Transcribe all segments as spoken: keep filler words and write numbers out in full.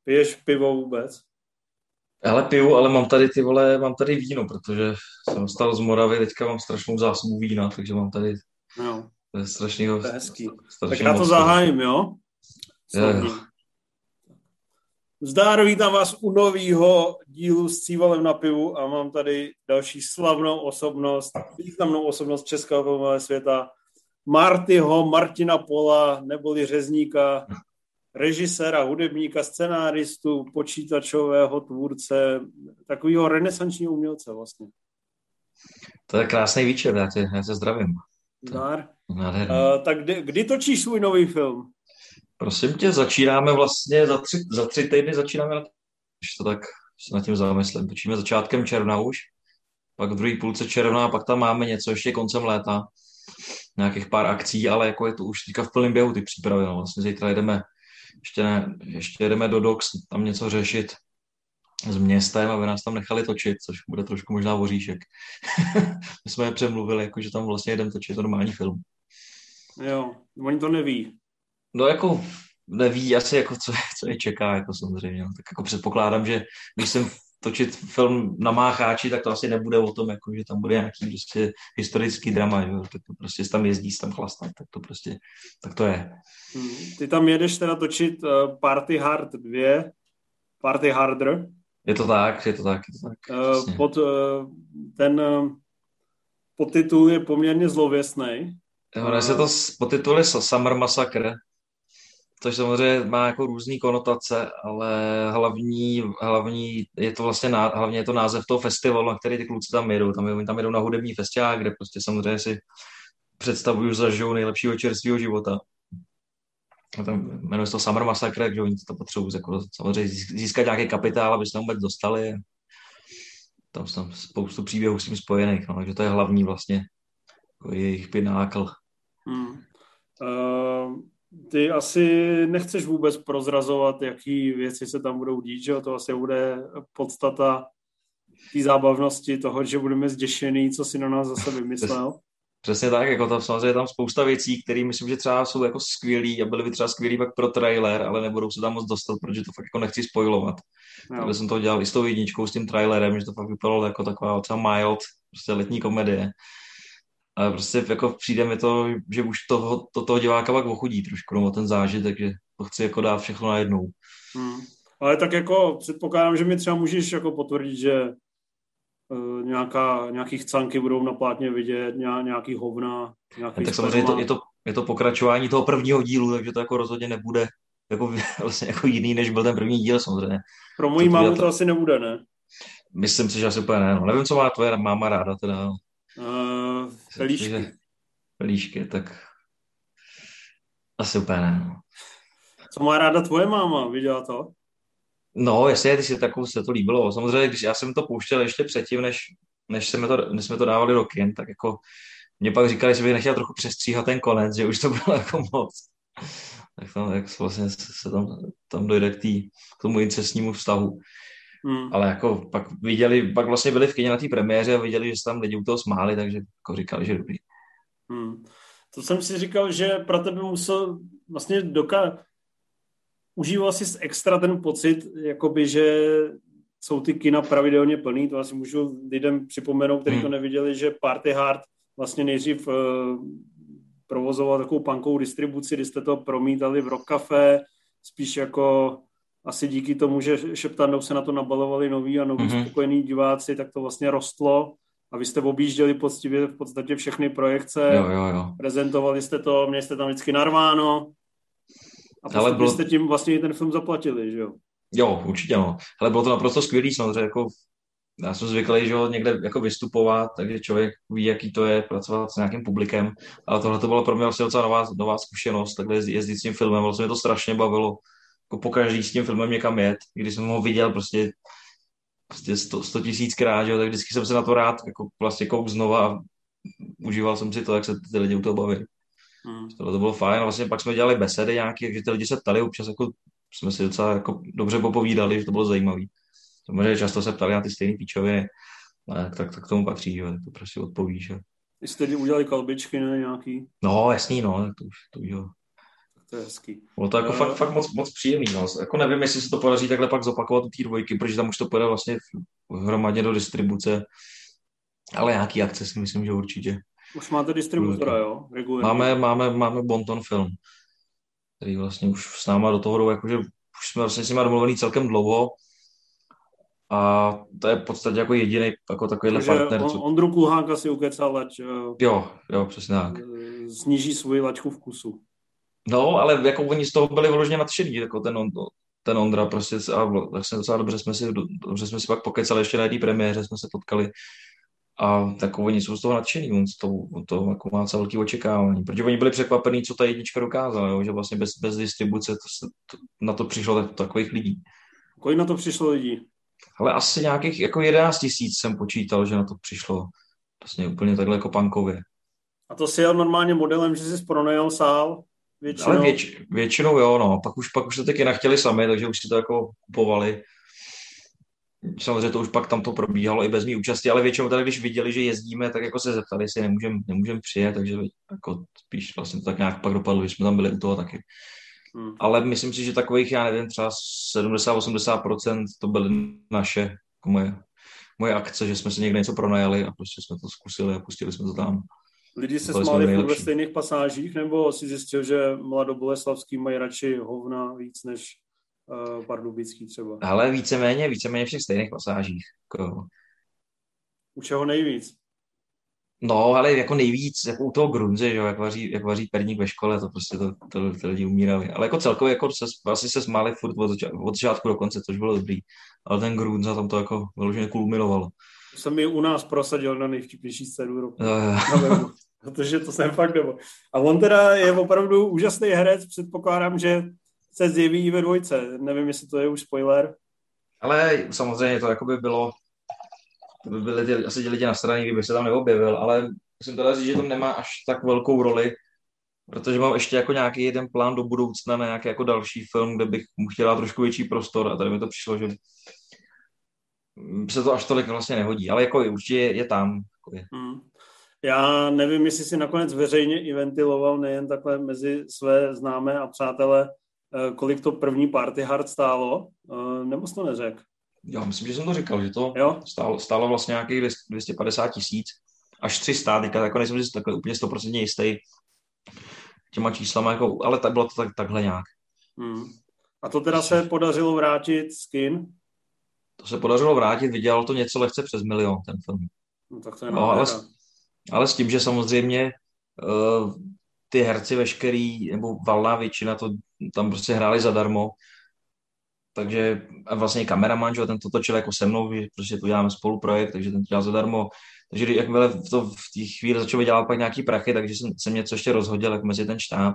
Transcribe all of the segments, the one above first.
Piješ pivo vůbec? Ale piju, ale mám tady ty vole, mám tady víno, protože jsem stal z Moravy, teďka mám strašnou zásobu vína, takže mám tady No, strašného, to je hezký. Tak strašně já to moc toho. zahájím, jo? Jo, jo. Slovně. Zdár, vítám vás u nového dílu s Cívalem na pivu a mám tady další slavnou osobnost, významnou osobnost českého filmového světa, Martyho Martina Pola, neboli řezníka, režiséra, hudebníka, scenáristu, počítačového tvůrce, takového renesančního umělce vlastně. To je krásný výčet, já tě, já tě zdravím. To je Zdár. nádherný. Uh, tak kdy, kdy točíš svůj nový film? Prosím tě, začínáme vlastně za tři, za tři týdny začínáme, když to tak se nad tím zamyslím. Točíme začátkem června už, pak v druhé půlce června, a pak tam máme něco ještě koncem léta, nějakých pár akcí, ale jako je to už teďka v plném běhu ty přípravy. No. Vlastně zítra jedeme, ještě, ne, ještě jedeme do Dox, tam něco řešit s městem, aby nás tam nechali točit, což bude trošku možná voříšek. My jsme je přemluvili, jako, že tam vlastně jedeme točit normální film. Jo, oni to neví. No jako neví asi, jako, co, co je čeká, jako samozřejmě. No. Tak jako předpokládám, že když jsem točit film na Mácháči, tak to asi nebude o tom, jako, že tam bude nějaký prostě historický drama, jo. Tak to prostě se tam jezdí, se tam chlastá, tak to prostě, tak to je. Hmm. Ty tam jedeš teda točit uh, Party Hard dva, Party Harder, Je to tak, je to tak, je to tak, uh, přesně. pod, uh, ten uh, podtitul je poměrně zlověstný. Jmenuje se to Uh, s podtituly Summer Massacre, což samozřejmě má jako různý konotace, ale hlavní, hlavní je to vlastně ná, hlavně je to název toho festivalu, na který ty kluci tam jedou. Tam, oni tam jedou na hudební festiák, kde prostě samozřejmě si představuju, zažijou nejlepší večer svého života. A tam jmenuje se to Summer Massacre, že oni to potřebují jako, samozřejmě získat nějaký kapitál, aby se tam vůbec dostali. Tam jsou tam spoustu příběhů s tím spojených, no, takže to je hlavní vlastně jako jejich pinákl. hmm. uh, Ty asi nechceš vůbec prozrazovat, jaký věci se tam budou dít, že jo? To asi bude podstata té zábavnosti toho, že budeme zděšený, co si na nás zase vymyslel. Přesně tak, jako tam samozřejmě je tam spousta věcí, které myslím, že třeba jsou jako skvělý a byly by třeba skvělý pak pro trailer, ale nebudou se tam moc dostat, protože to fakt jako nechci spojovat. Takhle Jo. jsem to dělal i s tou jedničkou, s tím trailerem, že to fakt vypadalo jako taková docela mild, prostě letní komedie. Ale prostě jako přijde mi to, že už toho, to toho diváka pak ochudí trošku, no, ten zážitek, že to chci jako dát všechno najednou. Hmm. Ale tak jako předpokládám, že mi třeba můžeš jako potvrdit, že uh, nějaká, nějaký chcanky budou na plátně vidět, nějaký hovna, A nějaký tak samozřejmě je to, sperma. je to, je to pokračování toho prvního dílu, takže to jako rozhodně nebude jako, vlastně jako jiný, než byl ten první díl samozřejmě. Pro To, moji to, já mámu to to, asi nebude, ne? myslím si, že asi úplně ne. No. Nevím, co má tvoje máma ráda, teda. No. Uh, Myslím si, že pelíšky. pelíšky, tak asi úplně ne. No, Co má ráda tvoje máma? Viděla to? no jestli, když si takovou se to líbilo. Samozřejmě, když já jsem to pouštěl ještě předtím, než, než, jsme to, než jsme to dávali do kin, tak jako mě pak říkali, že bych nechtěl trochu přestříhat ten konec, že už to bylo jako moc. Tak tam jak vlastně se tam, tam dojde k, tý, k tomu incestnímu vztahu. Hmm. Ale jako pak viděli, pak vlastně byli v kině na té premiéře a viděli, že se tam lidi u toho smáli, takže jako říkali, že dobrý. Hmm. To jsem si říkal, že pro tebe musel vlastně doka... Užíval jsi extra ten pocit, jakoby, že jsou ty kina pravidelně plný, to asi můžu lidem připomenout, kteří to Hmm. neviděli, že Party Hard vlastně nejdřív uh, provozoval takovou punkovou distribuci, kdy jste to promítali v Rock Café, spíš jako asi díky tomu, že Šeptandou se na to nabalovali noví a noví Hmm. spokojení diváci, tak to vlastně rostlo a vy jste objížděli poctivě v podstatě všechny Jo, projekce, jo, jo. prezentovali jste to, měli jste tam vždycky narváno a Ale postupně bylo, jste tím vlastně i ten film zaplatili, že jo? jo, určitě no. Ale bylo to naprosto skvělý, samozřejmě, jako já jsem zvyklý, že ho někde jako vystupovat, takže člověk ví, jaký to je pracovat s nějakým publikem, ale tohle to bylo pro mě vlastně docela nová, nová zkušenost, takhle jezdit, jezdit s tím filmem, vlastně mě to strašně bavilo, jako pokaždý s tím filmem někam jet, když jsem ho viděl prostě, prostě sto, sto tisíckrát, že jo, tak vždycky jsem se na to rád jako vlastně kouk znova a užíval jsem si to, jak se ty lidi u toho baví. Hmm. Tohle to bylo fajn, a vlastně pak jsme dělali besedy nějaké, takže ty lidi se ptali, občas jako jsme si docela jako dobře popovídali, že to bylo zajímavé. Samozřejmě často se ptali na ty stejné píčoviny, tak, tak, tak tomu patří, že? Tak to prostě odpovíš. Že? Jste udělali kalbičky, ne, nějaký? No, jasný, no, tak to už, to už, jo. To je hezký. Bylo to jako Uh, fakt, fakt moc, moc příjemný. No. Jako nevím, jestli se to podaří takhle pak zopakovat u té dvojky, protože tam už to půjde vlastně hromadně do distribuce. Ale nějaký akce si myslím, že určitě. Už máte distributora, jo? Regulérní. Máme, máme, máme Bonton Film, který vlastně už s náma do toho jdou, jakože už jsme vlastně s nimi domluvený celkem dlouho. A to je v podstatě jako jediný jako takovýhle Takže partner. on, Co... Ondru Kulhánka si ukecal, ať uh, Jo, jo, přesně tak. sníží svoji laťku vkusu. No, ale jako oni z toho byli vyloženě nadšení, jako ten, on, ten Ondra prostě, a vlastně docela dobře jsme si, dobře jsme si pak pokecali ještě na jedné premiéře, jsme se potkali a tak oni jsou z toho nadšení, on, z toho, on to jako má celé velké očekávání, protože oni byli překvapení, co ta jednička dokázala, jo, že vlastně bez, bez distribuce to, to, na to přišlo tak, takových lidí. Kolik na to přišlo lidí? Ale asi nějakých jako jedenáct tisíc jsem počítal, že na to přišlo vlastně úplně takhle jako punkově. A to si jel normálně modelem, že jsi pronajal sál? Většinou. Ale věč, většinou jo, no. Pak už, pak už to taky nechtěli sami, takže už si to jako kupovali. Samozřejmě to už pak tam to probíhalo i bez mý účasti, ale většinou tady, když viděli, že jezdíme, tak jako se zeptali, jestli nemůžeme nemůžem přijet, takže jako spíš vlastně to tak nějak pak dopadlo, že jsme tam byli u toho taky. Hmm. Ale myslím si, že takových, já nevím, třeba sedmdesát až osmdesát procent to byly naše, jako moje, moje akce, že jsme si někde něco pronajali a prostě jsme to zkusili a pustili jsme to tam. Lidi se smáli ve stejných pasážích, nebo si zjistil, že mladoboleslavský mají radši hovna víc než uh, pardubický třeba? Ale víceméně, víceméně v těch stejných pasážích. Jako... U čeho nejvíc? No, ale jako nejvíc, jako u toho grunze, že jo, jak vaří, jak vaří perník ve škole, to prostě to, to, to lidi umírali. Ale jako celkově jako se, asi se smáli furt od, od začátku do konce, což bylo dobrý. Ale ten grunza tam to jako vyloženě kulminovalo. To jsem mi u nás prosadil na nejvtipnější scénu roku. Uh, Protože to jsem fakt nebo. A on teda je opravdu úžasný herec, předpokládám, že se zjeví i ve dvojce. Nevím, jestli to je už spoiler. Ale samozřejmě to jako by bylo, to by byly ty, asi ti lidi na straně, kdyby se tam neobjevil, ale musím teda říct, že tam nemá až tak velkou roli, protože mám ještě jako nějaký jeden plán do budoucna na nějaký jako další film, kde bych mu chtěl dát trošku větší prostor a tady mi to přišlo, že se to až tolik vlastně nehodí, ale jako určitě je, je tam. Jako je. Hmm. Já nevím, jestli si nakonec veřejně i ventiloval nejen takhle mezi své známé a přátelé, kolik to první Party Hard stálo, nebo jsi to neřekl? Já myslím, že jsem to říkal, že to jo? Stálo, stálo vlastně nějakých dvě stě padesát tisíc až tři sta, teďka jako nejsem si takhle úplně sto procent jistý těma číslama, jako, ale tak, bylo to tak, takhle nějak. Hmm. A to teda se podařilo vrátit z kin? To se podařilo vrátit, vydělal to něco lehce přes milion ten film. No, tak to je no, ale, ale s tím, že samozřejmě uh, ty herci veškerý, nebo valná většina, to tam prostě hráli zadarmo, takže a vlastně kameraman, že ten to točil jako se mnou, že prostě to děláme spolu projekt, takže ten to dělal zadarmo. Takže jakmile v, to, v té chvíli začal vydělat pak nějaký prachy, takže jsem, jsem něco ještě rozhodil jako mezi ten štáb.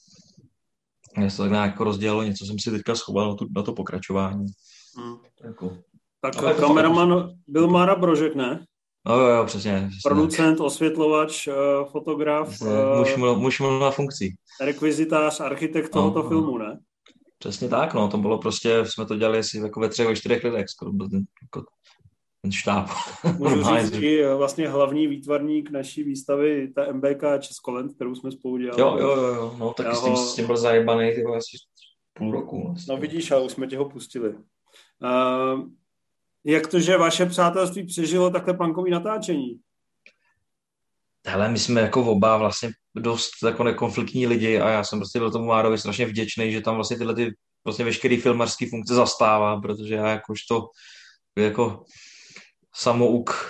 Já se to tak nějak jako rozdělilo, něco jsem si teďka schoval na, tu, na to pokračování. Hmm. Jako, tak ale kameraman to... byl Mára Brožek, ne? No jo, jo, přesně. přesně. Producent, osvětlovač, fotograf. Muž, muž na funkcí. Rekvizitář, architekt tohoto no, filmu, ne? Přesně tak, no, to bylo prostě, jsme to dělali asi jako ve třech, ve čtyřech lidech, skoro byl ten, jako, ten štáb. Můžu říct i vlastně hlavní výtvarník naší výstavy, ta M B K Českolent, kterou jsme spolu dělali. Jo, jo, jo, no, taky s tím, ho... s tím byl zajebaný, ty asi půl roku. Vlastně. No vidíš, ale už jsme tě ho pustili. Uh, jak to, že vaše přátelství přežilo takhle punkový natáčení? Hele, my jsme jako oba vlastně dost jako nekonfliktní lidi a já jsem prostě byl tomu Márovi strašně vděčný, že tam vlastně tyhle ty vlastně veškerý filmařský funkce zastává, protože já jakožto jako samouk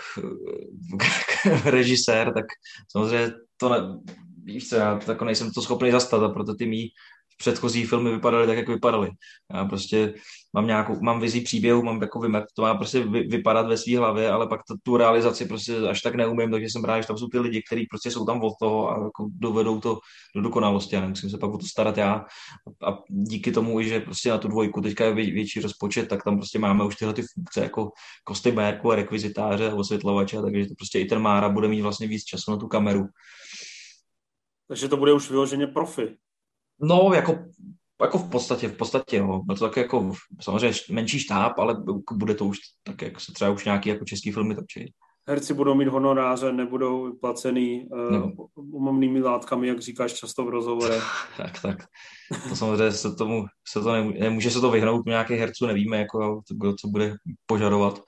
režisér, tak samozřejmě to ne, víš co, já jako nejsem to schopný zastat a proto ty mý předchozí filmy vypadaly tak, jak vypadaly. Já prostě mám nějakou, mám vizí příběhu, mám jako vymet, to má prostě vy, vypadat ve své hlavě, ale pak to, tu realizaci prostě až tak neumím, takže jsem rád, že tam jsou ty lidi, kteří prostě jsou tam od toho a jako dovedou to do dokonalosti a nemusím se pak o to starat já. A díky tomu, že prostě na tu dvojku teďka je vě, větší rozpočet, tak tam prostě máme už tyhle ty funkce jako kostymérku a rekvizitáře a osvětlovače, takže to prostě i ten Mára bude mít vlastně víc času na tu kameru. Takže to bude už vyloženě profi. No, jako, jako v podstatě, v podstatě, jo. Byl to tak jako samozřejmě menší štáb, ale bude to už tak, jak se třeba už nějaký jako český filmy točí. herci budou mít honoráře, nebudou placený No, uh, umamnými látkami, jak říkáš často v rozhovorech. tak, tak. To samozřejmě se tomu, se to nemůže, nemůže se to vyhnout, nějakých herců nevíme, jako, kdo co bude požadovat,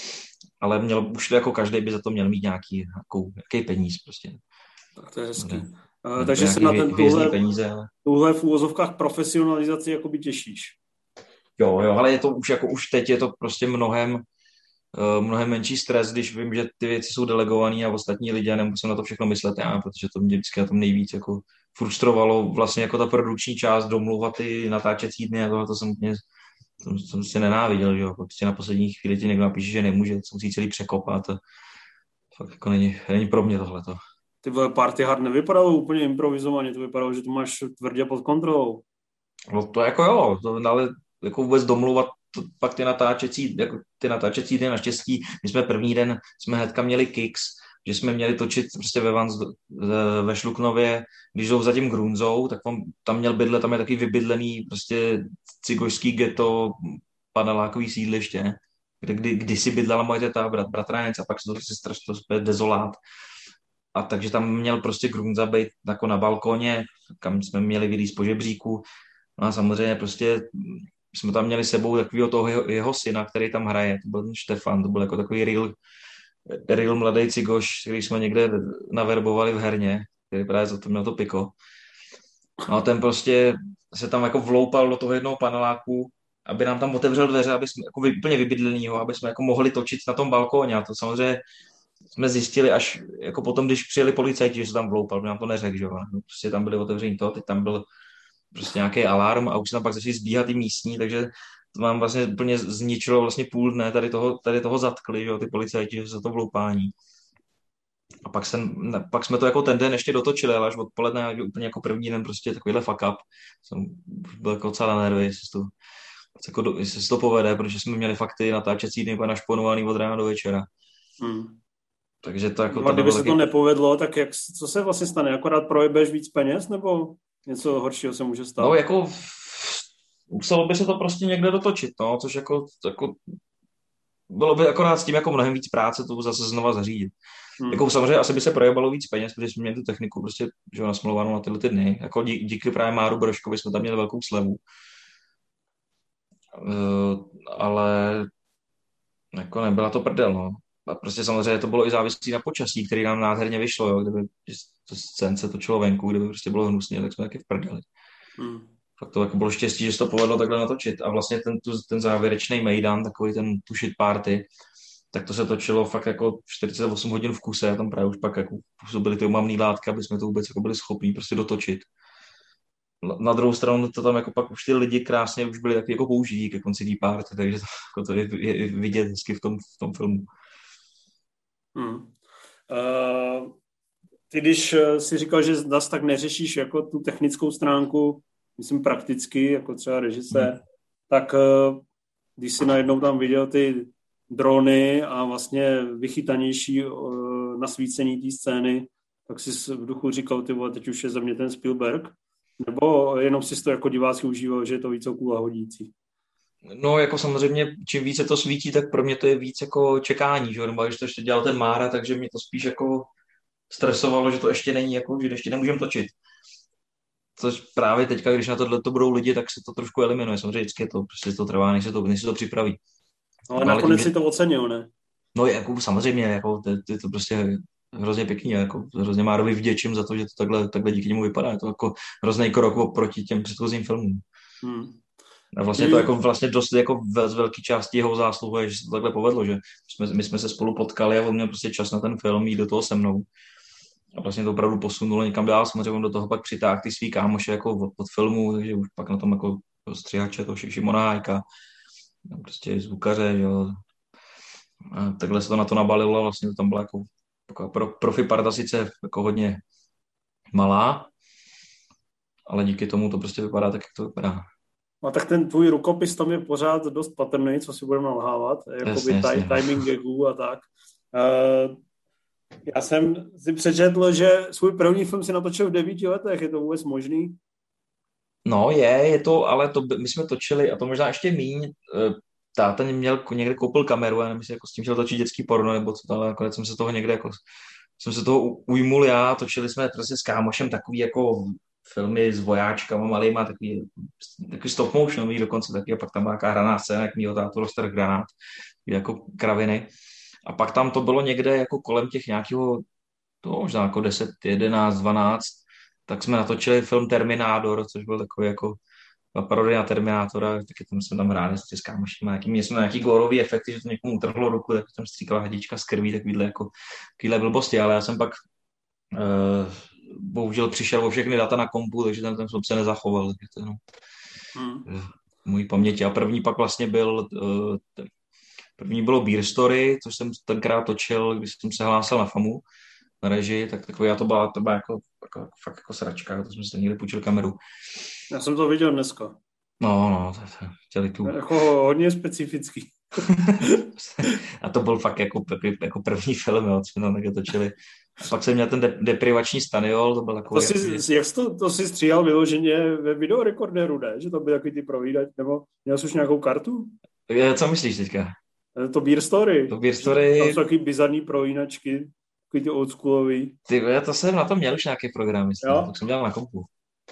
ale měl, už jako každý by za to měl mít nějaký, nějakou, nějaký peníz prostě. Tak to je hezký. Ne, Uh, ne, takže se nějaký na ten hvězdný tuhle, peníze, ale... tuhle v úvozovkách profesionalizaci jakoby těšíš. Jo, jo, ale je to už jako už teď je to prostě mnohem, uh, mnohem menší stres, když vím, že ty věci jsou delegované a ostatní lidé nemusím na to všechno myslet já, protože to mě vždycky na tom nejvíc jako frustrovalo vlastně jako ta produkční část, domluvat ty natáčecí dny a tohle to jsem úplně to jsem si nenáviděl, že jo, prostě na poslední chvíli ti někdo napíše, že nemůže, se musí celý překopat a fakt jako není, není pro mě tohleto. Ty vole, Party Hard nevypadalo úplně improvizovaně, to vypadalo, že to máš tvrdě pod kontrolou. No to jako jo, to, ale jako vůbec domluvat to, pak ty natáčecí, jako ty natáčecí dny naštěstí, my jsme první den, jsme hnedka měli kicks, že jsme měli točit prostě ve Vans, ve Šluknově, když jdou za tím Grunzou, tak on tam měl bydle, tam je taky vybydlený prostě cigošský ghetto, panelákový sídliště, kde kdy, kdysi bydlela moje teta, brat, bratranec a pak se to prostě strašně to dezolát. A takže tam měl prostě Grunza být jako na balkoně, kam jsme měli vylízt po žebříku. No a samozřejmě prostě jsme tam měli sebou takového toho jeho, jeho syna, který tam hraje, to byl ten Štefan, to byl jako takový real, real mladý cigoš, který jsme někde naverbovali v herně, který právě za to měl to piko. No a ten prostě se tam jako vloupal do toho jednoho paneláku, aby nám tam otevřel dveře, aby jsme jako vy, úplně vybydlenýho, aby jsme jako mohli točit na tom balkóně. A to samozřejmě jsme zjistili až jako potom, když přijeli policajti, že se tam vloupal, by nám to neřekl, že jo. Prostě tam byly otevření to, teď tam byl prostě nějaký alarm a už se tam pak začali zbíhat i místní, takže to nám vlastně úplně zničilo vlastně půl dne, tady toho, tady toho zatkli, že jo, ty policajti, že za to vloupání. A pak, jsem, pak jsme to jako ten den ještě dotočili, ale až odpoledne úplně jako první den prostě takovýhle fuck up. Jsem byl jako celá na nervy, jestli to, jako, jestli se to povede, protože jsme měli fakt ty natáčecí dny našponovaný od rána do večera. Hmm. Takže to jako... No, a kdyby se taky... to nepovedlo, tak jak, co se vlastně stane? Akorát projebeš víc peněz, nebo něco horšího se může stát? No jako muselo by se to prostě někde dotočit, no, což jako, jako bylo by akorát s tím jako mnohem víc práce to zase znova zařídit. Hmm. Jako samozřejmě asi by se projebalo víc peněz, protože jsme měli tu techniku prostě, že nasmluvanou na tyhle ty dny. Jako dí, díky právě Máru Broškovi jsme tam měli velkou slevu. Uh, ale jako nebyla to prdel, no. A prostě samozřejmě to bylo i závislé na počasí, který nám nádherně vyšlo, jo. Kdyby to scén se točilo venku, kdyby prostě bylo hnusně, tak jsme taky v prdeli. Hmm. Fakt to jako bylo štěstí, že se to povedlo takhle natočit. A vlastně ten, tu, ten závěrečný mejdan, takový ten tu shit party, tak to se točilo fakt jako čtyřicet osm hodin v kuse a tam právě už pak jako působily ty umamný látky, aby jsme to vůbec jako byli schopní prostě dotočit. Na druhou stranu to tam jako pak už ty lidi krásně už byli taky jako použiví ke konci té party, takže to, jako to je, je, je vidět hezky v tom, v tom filmu. Hmm. Uh, ty když si říkal, že zase tak neřešíš jako tu technickou stránku, myslím prakticky, jako třeba režisér, hmm. tak uh, když si najednou tam viděl ty drony a vlastně vychytanější uh, nasvícení té scény, tak si v duchu říkal, ty vole, teď už je za mě ten Spielberg, nebo jenom si to jako diváci užíval, že je to víc okůl a hodící? No, jako samozřejmě, čím více to svítí, tak pro mě to je víc jako čekání, že? Nebo když to ještě dělal ten Mára, takže mě to spíš jako stresovalo, že to ještě není, jako, že ještě nemůžeme točit. Což právě teďka, když na tohle to budou lidi, tak se to trošku eliminuje. Samozřejmě vždycky to, prostě to trvá, než se to, než se to připraví. No, ale nakonec si to ocenil, ne? No, jako samozřejmě, jako, to, to, to prostě hrozně pěkný, jako hrozně Márovi vděčím za to, že to takhle, takhle díky němu vypadá. Je to jako hrozný krok oproti těm předchozím filmům. Hmm. A vlastně to jako vlastně dost jako z velké části jeho zásluhu je, že se to takhle povedlo, že jsme, my jsme se spolu potkali a on měl prostě čas na ten film jít do toho se mnou. A vlastně to opravdu posunulo někam dál, samozřejmě on do toho pak přitáhl ty svý kámoše jako od, od filmu, takže už pak na tom jako střihače, to Šimona Hájka, prostě zvukaře, jo. A takhle se to na to nabalilo a vlastně to tam byla jako taková pro, profi parta sice jako hodně malá, ale díky tomu to prostě vypadá tak, jak to vypadá. A tak ten tvůj rukopis tam je pořád dost patrný, co si budeme nalhávat, jakoby taj, timing gagů a tak. Uh, já jsem si přečetl, že svůj první film si natočil v devíti letech, je to vůbec možný? No je, je to, ale to, my jsme točili, a to možná ještě míň, táta měl někde koupil kameru, já nevím, jestli jako s tím chtěl točit dětský porno, nebo co to, ale nakonec jsem se toho někde jako, jsem se toho u- ujmul já, točili jsme prostě s kámošem takový jako filmy s vojáčkama malýma, takový, takový stop motionový dokonce taky, a pak tam byla nějaká hraná scéna, jak mýho tátu roztrh granát, jako kraviny. A pak tam to bylo někde jako kolem těch nějakého, to možná jako deset, jedenáct, dvanáct, tak jsme natočili film Terminátor, což byl takový jako parodie na Terminátora, taky tam jsme tam hráli s kámošima, nějaký, měli jsme nějaký górový efekty, že to někomu utrhlo ruku, tak tam stříkala hadička z krví, takovýhle jako takovýhle blbosti, ale já jsem pak uh, bohužel přišel o všechny data na kompu, takže ten, ten film se nezachoval, takže to jenom Hmm. uh, můj paměti. A první pak vlastně byl, uh, ten, první bylo Beer Story, což jsem tenkrát točil, když jsem se hlásil na FAMu, na režii, tak takový, já to byla, to byla jako, jako, fakt jako sračka, to jsme si někde půjčili kameru. Já jsem to viděl dneska. No, no, to, to, chtěli tu. Jako hodně specifický. A to byl fakt jako, jako první film, jo, co jsme tam také točili. A pak jsem měl ten de- deprivační staniol, to byl To takový... si, Jako, jak jsi to, to si stříhal vyloženě ve videorekorderu, ne? Že to byly takový ty provídač, nebo měl jsi už nějakou kartu? že... Co myslíš teďka? To Beer Story. To Beer Story... Tam jsou takový bizarní provínačky, takový ty oldschoolový. Ty, já to jsem na tom měl už nějaký program, myslím, Jo? tak jsem dělal na kompu.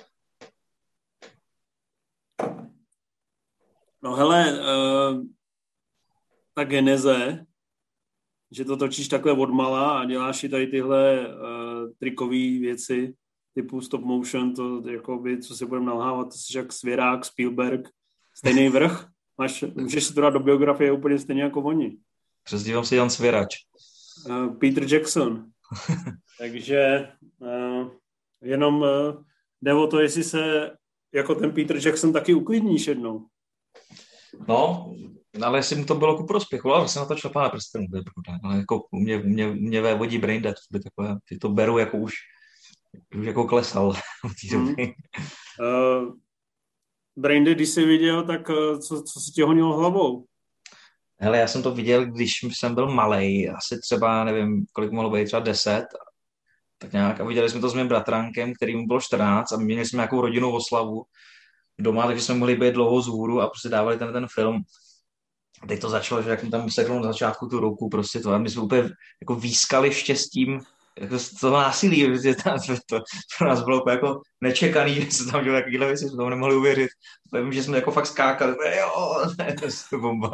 No hele, uh, ta geneze, že to točíš takhle odmala a děláš si tady tyhle uh, trikové věci typu stop motion, to jakoby, co si budeme nalhávat, to jsi jak Svěrák, Spielberg, stejný vrch, máš, můžeš si to dát do biografie úplně stejně jako oni. Přezdívám si Jan Svěrač. Uh, Peter Jackson. Takže uh, jenom uh, jde o to, jestli se jako ten Peter Jackson taky uklidníš jednou. No, ale jestli mu to bylo ku prospěchu, ale vlastně na to šlapá na prstenu, ale jako u mě, u mě, u mě vévodí brain dead, by takové, ty to beru jako už, už jako klesal od té Hmm. doby. Uh, Braindead, když jsi viděl, tak uh, co, co si tě honilo hlavou? Hele, já jsem to viděl, když jsem byl malej, asi třeba, nevím, kolik mohlo být, třeba deset, tak nějak, a viděli jsme to s mým bratránkem, který mu bylo čtrnáct a měli jsme nějakou rodinnou oslavu doma, takže jsme mohli být dlouho z hůru a prostě dávali ten, ten film. A teď to začalo, že jak mu tam seknul na začátku tu ruku, prostě to, a my jsme úplně jako výskali štěstím, jako z toho násilí, že tam, to pro nás bylo jako nečekaný, že se tam dělo takovýhle věci, jsme tomu nemohli uvěřit. To vím, že jsme jako fakt skákali, jo, ne, to je bomba.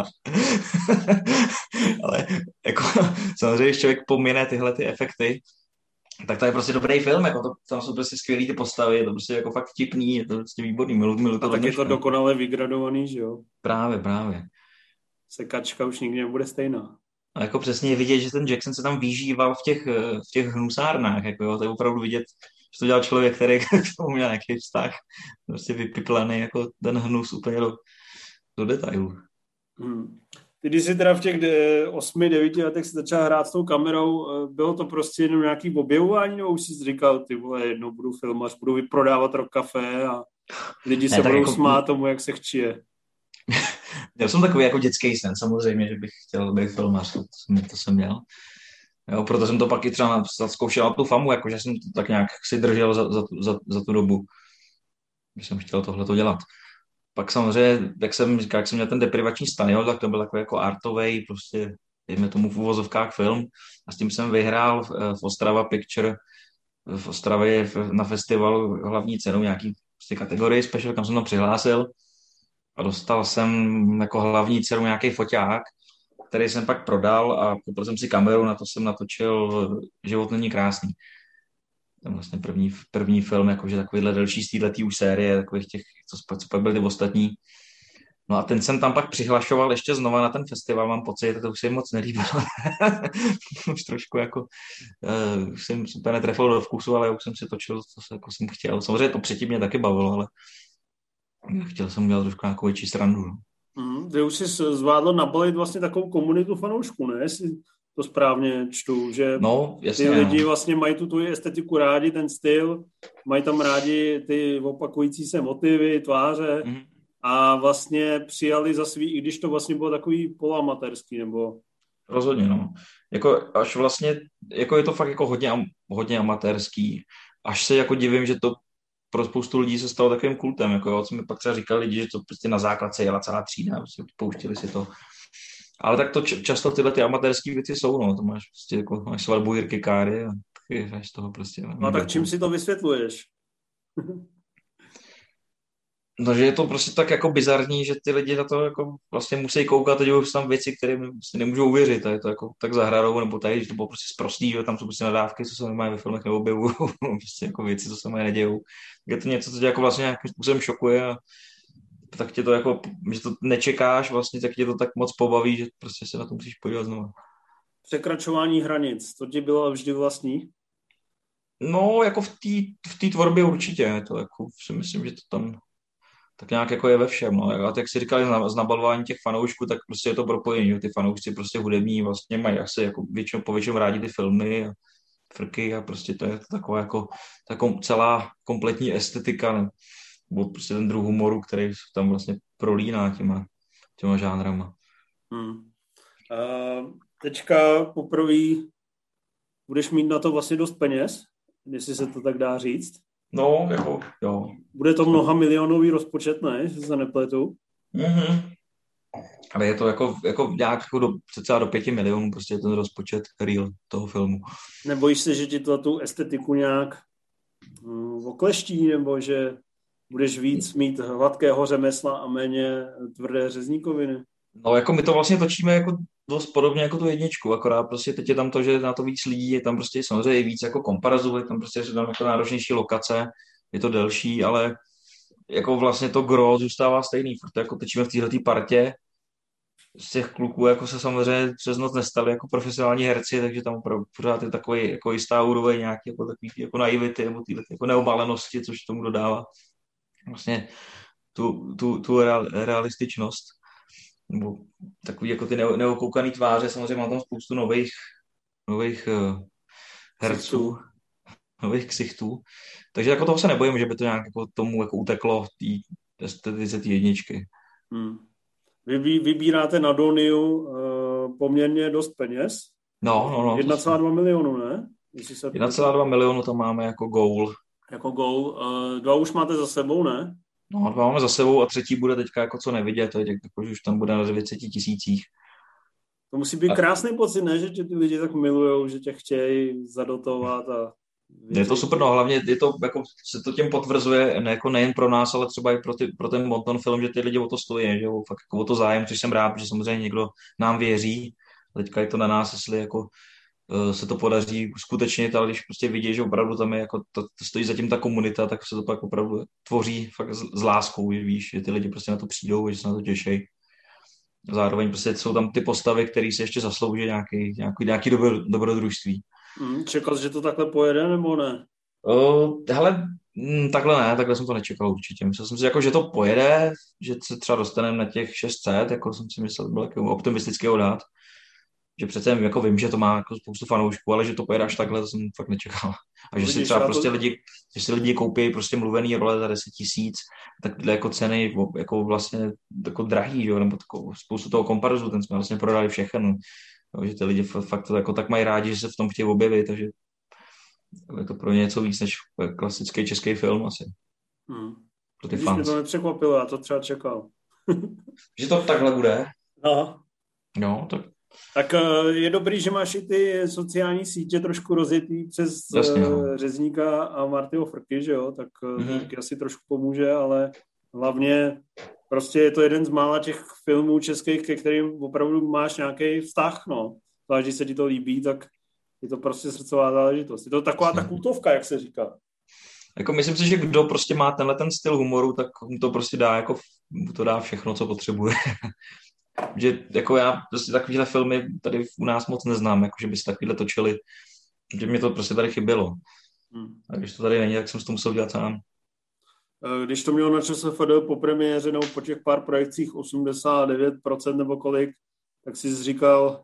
Ale jako samozřejmě, když člověk pomine tyhle ty efekty, tak to je prostě dobrý film, jako to, tam jsou prostě skvělý ty postavy, je to prostě jako fakt vtipný, je to prostě výborný, milu, milu to A tak je to dokonale vygradovaný, že jo? Právě, právě. Sekačka už nikdy nebude stejná. A jako přesně je vidět, že ten Jackson se tam vyžíval v těch, v těch hnusárnách, jako jo, to je opravdu vidět, že to dělal člověk, který k tomu měl nějaký vztah, prostě vypiplaný jako ten hnus úplně do, do detailů. Hmm. Ty, když jsi teda v těch osmi, devíti letech si začal hrát s tou kamerou, bylo to prostě jenom nějaký objevování, nebo už jsi říkal, ty vole, jednou budu filmař, budu vyprodávat Rock Café a lidi se ne, budou jako... smát tomu, jak se chčije. Já jsem takový jako dětský sen, samozřejmě, že bych chtěl být filmař, to jsem, to jsem měl. Jo, proto jsem to pak i třeba zkoušel na tu famu, jakože jsem to tak nějak si držel za, za, za, za tu dobu, že jsem chtěl tohleto dělat. Pak samozřejmě, jak jsem říkal, jak jsem měl ten deprivační staniol, tak to byl takový jako artovej, prostě dejme tomu v uvozovkách film a s tím jsem vyhrál v, v Ostrava Picture v Ostravě na festivalu hlavní cenu nějaký prostě kategorii special, kam jsem tam přihlásil a dostal jsem jako hlavní cenu nějaký foťák, který jsem pak prodal a koupil jsem si kameru, na to jsem natočil Život není krásný. Ten vlastně první, první film, jakože takovýhle delší z této už série, takových těch, co, co pak byly ty ostatní. No a ten jsem tam pak přihlašoval ještě znova na ten festival, mám pocit, že to už se jim moc nelíbilo. Už trošku jako, uh, už jsem super netrefil do vkusu, ale už jsem si točil, co se, jako jsem chtěl. Samozřejmě to předtím mě taky bavilo, ale chtěl jsem udělat trošku nějakou větší srandu. No. Mm, ty už jsi zvládl nabalit vlastně takovou komunitu fanoušků, ne? Jestli to správně čtu, že no, jasně, ty lidi no. vlastně mají tu tvoji estetiku rádi, ten styl, mají tam rádi ty opakující se motivy, tváře mm. a vlastně přijali za svý, i když to vlastně bylo takový poloamatérský, nebo... Rozhodně, no. Jako až vlastně, jako je to fakt jako hodně, hodně amatérský, až se jako divím, že to pro spoustu lidí se stalo takovým kultem, jako jo, co mi pak třeba říkali lidi, že to prostě na základce jela celá třída, prostě pouštili si to. Ale tak to č- často tyhle ty amatérské věci jsou, no, to máš prostě jako, máš svatbu Jirky Káry a taky máš toho prostě. No tak čím si to vysvětluješ? No, že je to prostě tak jako bizarní, že ty lidi na to jako vlastně musí koukat a dělají tam věci, které si nemůžou uvěřit a je to jako tak za hradou, nebo tady, že to bylo prostě sprostý, že tam jsou prostě nadávky, co se normálně ve filmech neobjevují, prostě jako věci, co se mají nedějou. Je to něco, co tě jako vlastně nějakým způsobem šokuje a tak tě to jako, že to nečekáš vlastně, tak tě to tak moc pobaví, že prostě se na to musíš podívat znovu. Překračování hranic, to ti bylo vždy vlastní? No, jako v té v té tvorbě určitě, to jako si myslím, že to tam tak nějak jako je ve všem. No. A jak si říkali z nabalování těch fanoušků, tak prostě je to propojení. Že? Ty fanoušci prostě hudební vlastně mají asi jako většinou, povětšinou rádi ty filmy a frky a prostě to je taková jako taková celá kompletní estetika ne? Nebo prostě ten druh humoru, který tam vlastně prolíná těma, těma žánrama. Hmm. Uh, teďka poprvé budeš mít na to vlastně dost peněz, jestli se to tak dá říct. No, jako, jo. Bude to mnoha milionový rozpočet, ne? Jestli se nepletu. Mm-hmm. Ale je to jako, jako nějak jako do, cca do pěti milionů prostě je ten rozpočet real toho filmu. Nebojíš se, že ti to tu estetiku nějak um, okleští, nebo že budeš víc mít hladkého řemesla a méně tvrdé řezníkoviny? No, jako my to vlastně točíme jako dost podobně jako tu jedničku, akorát prostě teď je tam to, že na to víc lidí, je tam prostě samozřejmě víc jako komparazů, je tam prostě jsou tam jako náročnější lokace, je to delší, ale jako vlastně to gro zůstává stejný, protože jako točíme v této partě, z těch kluků jako se samozřejmě přes noc nestali jako profesionální herci, takže tam opravdu pořád je takový jako jistá úroveň nějaký jako takový jako naivity nebo týhle jako neobalenosti, což tomu dodává vlastně tu, tu, tu real, realističnost. Nebo takový jako ty neokoukaný tváře, samozřejmě mám tam spoustu nových, nových uh, herců, nových ksichtů. Takže jako toho se nebojím, že by to nějak jako tomu jako uteklo v té estetice té jedničky. Hmm. Vy vybíráte na Doniu uh, poměrně dost peněz. No, no, no. jedna celá dva milionu, ne? Se... jedna celá dva milionu to máme jako goal. Jako goal. Uh, dva už máte za sebou, ne? No, dva máme za sebou a třetí bude teďka jako co nevidět, to je jako, že už tam bude na devět set tisících. To musí být a... krásný pocit, ne? Že tě ty lidi tak milujou, že tě chtějí zadotovat a... Je to super, no hlavně je to, jako, se to tím potvrzuje ne, jako nejen pro nás, ale třeba i pro, ty, pro ten Bonton film, že ty lidi o to stojí, že fakt jako o to zájem, což jsem rád, že samozřejmě někdo nám věří. Teďka je to na nás, jestli jako uh, se to podaří skutečně, ale když prostě vidí, že opravdu tam je, jako to, to stojí zatím ta komunita, tak se to pak opravdu tvoří fakt s, s láskou, že víš, že ty lidi prostě na to přijdou, že se na to těší. Zároveň prostě jsou tam ty postavy, které si ještě zaslouží nějaký, nějaký, nějaký dobro, dobrodružství. Hmm, čekal jsi, že to takhle pojede, nebo ne? Uh, hele, m, takhle ne, takhle jsem to nečekal určitě. Myslel jsem si, jako, že to pojede, že se třeba dostaneme na těch šest set, jako jsem si myslel, byl jako optimistický odhad. Že přece jako vím, že to má jako spoustu fanoušků, ale že to pojede až takhle, to jsem fakt nečekal. A že si třeba prostě lidi, že si lidi koupí prostě mluvený role za deset tisíc, tak tyhle jako ceny jako vlastně jako drahý, jo, nebo tako, spoustu toho komparazu, ten jsme vlastně prodali všechno. Jo, že ty lidi fakt to jako tak mají rádi, že se v tom chtějí objevit, takže je to pro ně něco víc než klasický český film asi. Hmm. Pro ty Když fans. mě to nepřekvapilo, já to třeba čekal. Že to takhle bude? Aha. No, tak Tak je dobrý, že máš i ty sociální sítě trošku rozjetý přes Jasně, no. Řezníka a Martyho Frky, že jo, tak mm-hmm. taky asi trošku pomůže, ale hlavně prostě je to jeden z mála těch filmů českých, ke kterým opravdu máš nějaký vztah, no. Zvlášť, když se ti to líbí, tak je to prostě srdcová záležitost. Je to taková ta kultovka, jak se říká. Jako myslím si, že kdo prostě má tenhle ten styl humoru, tak mu to prostě dá jako, mu to dá všechno, co potřebuje. Že jako já prostě takovýhle filmy tady u nás moc neznám, jako že by se takovýhle točili, že mě to prostě tady chybělo. Hmm. A když to tady není, tak jsem to musel dělat sám. Když to mělo na ČSFD po premiéře nebo po těch pár projekcích osmdesát devět procent nebo kolik, tak jsi říkal,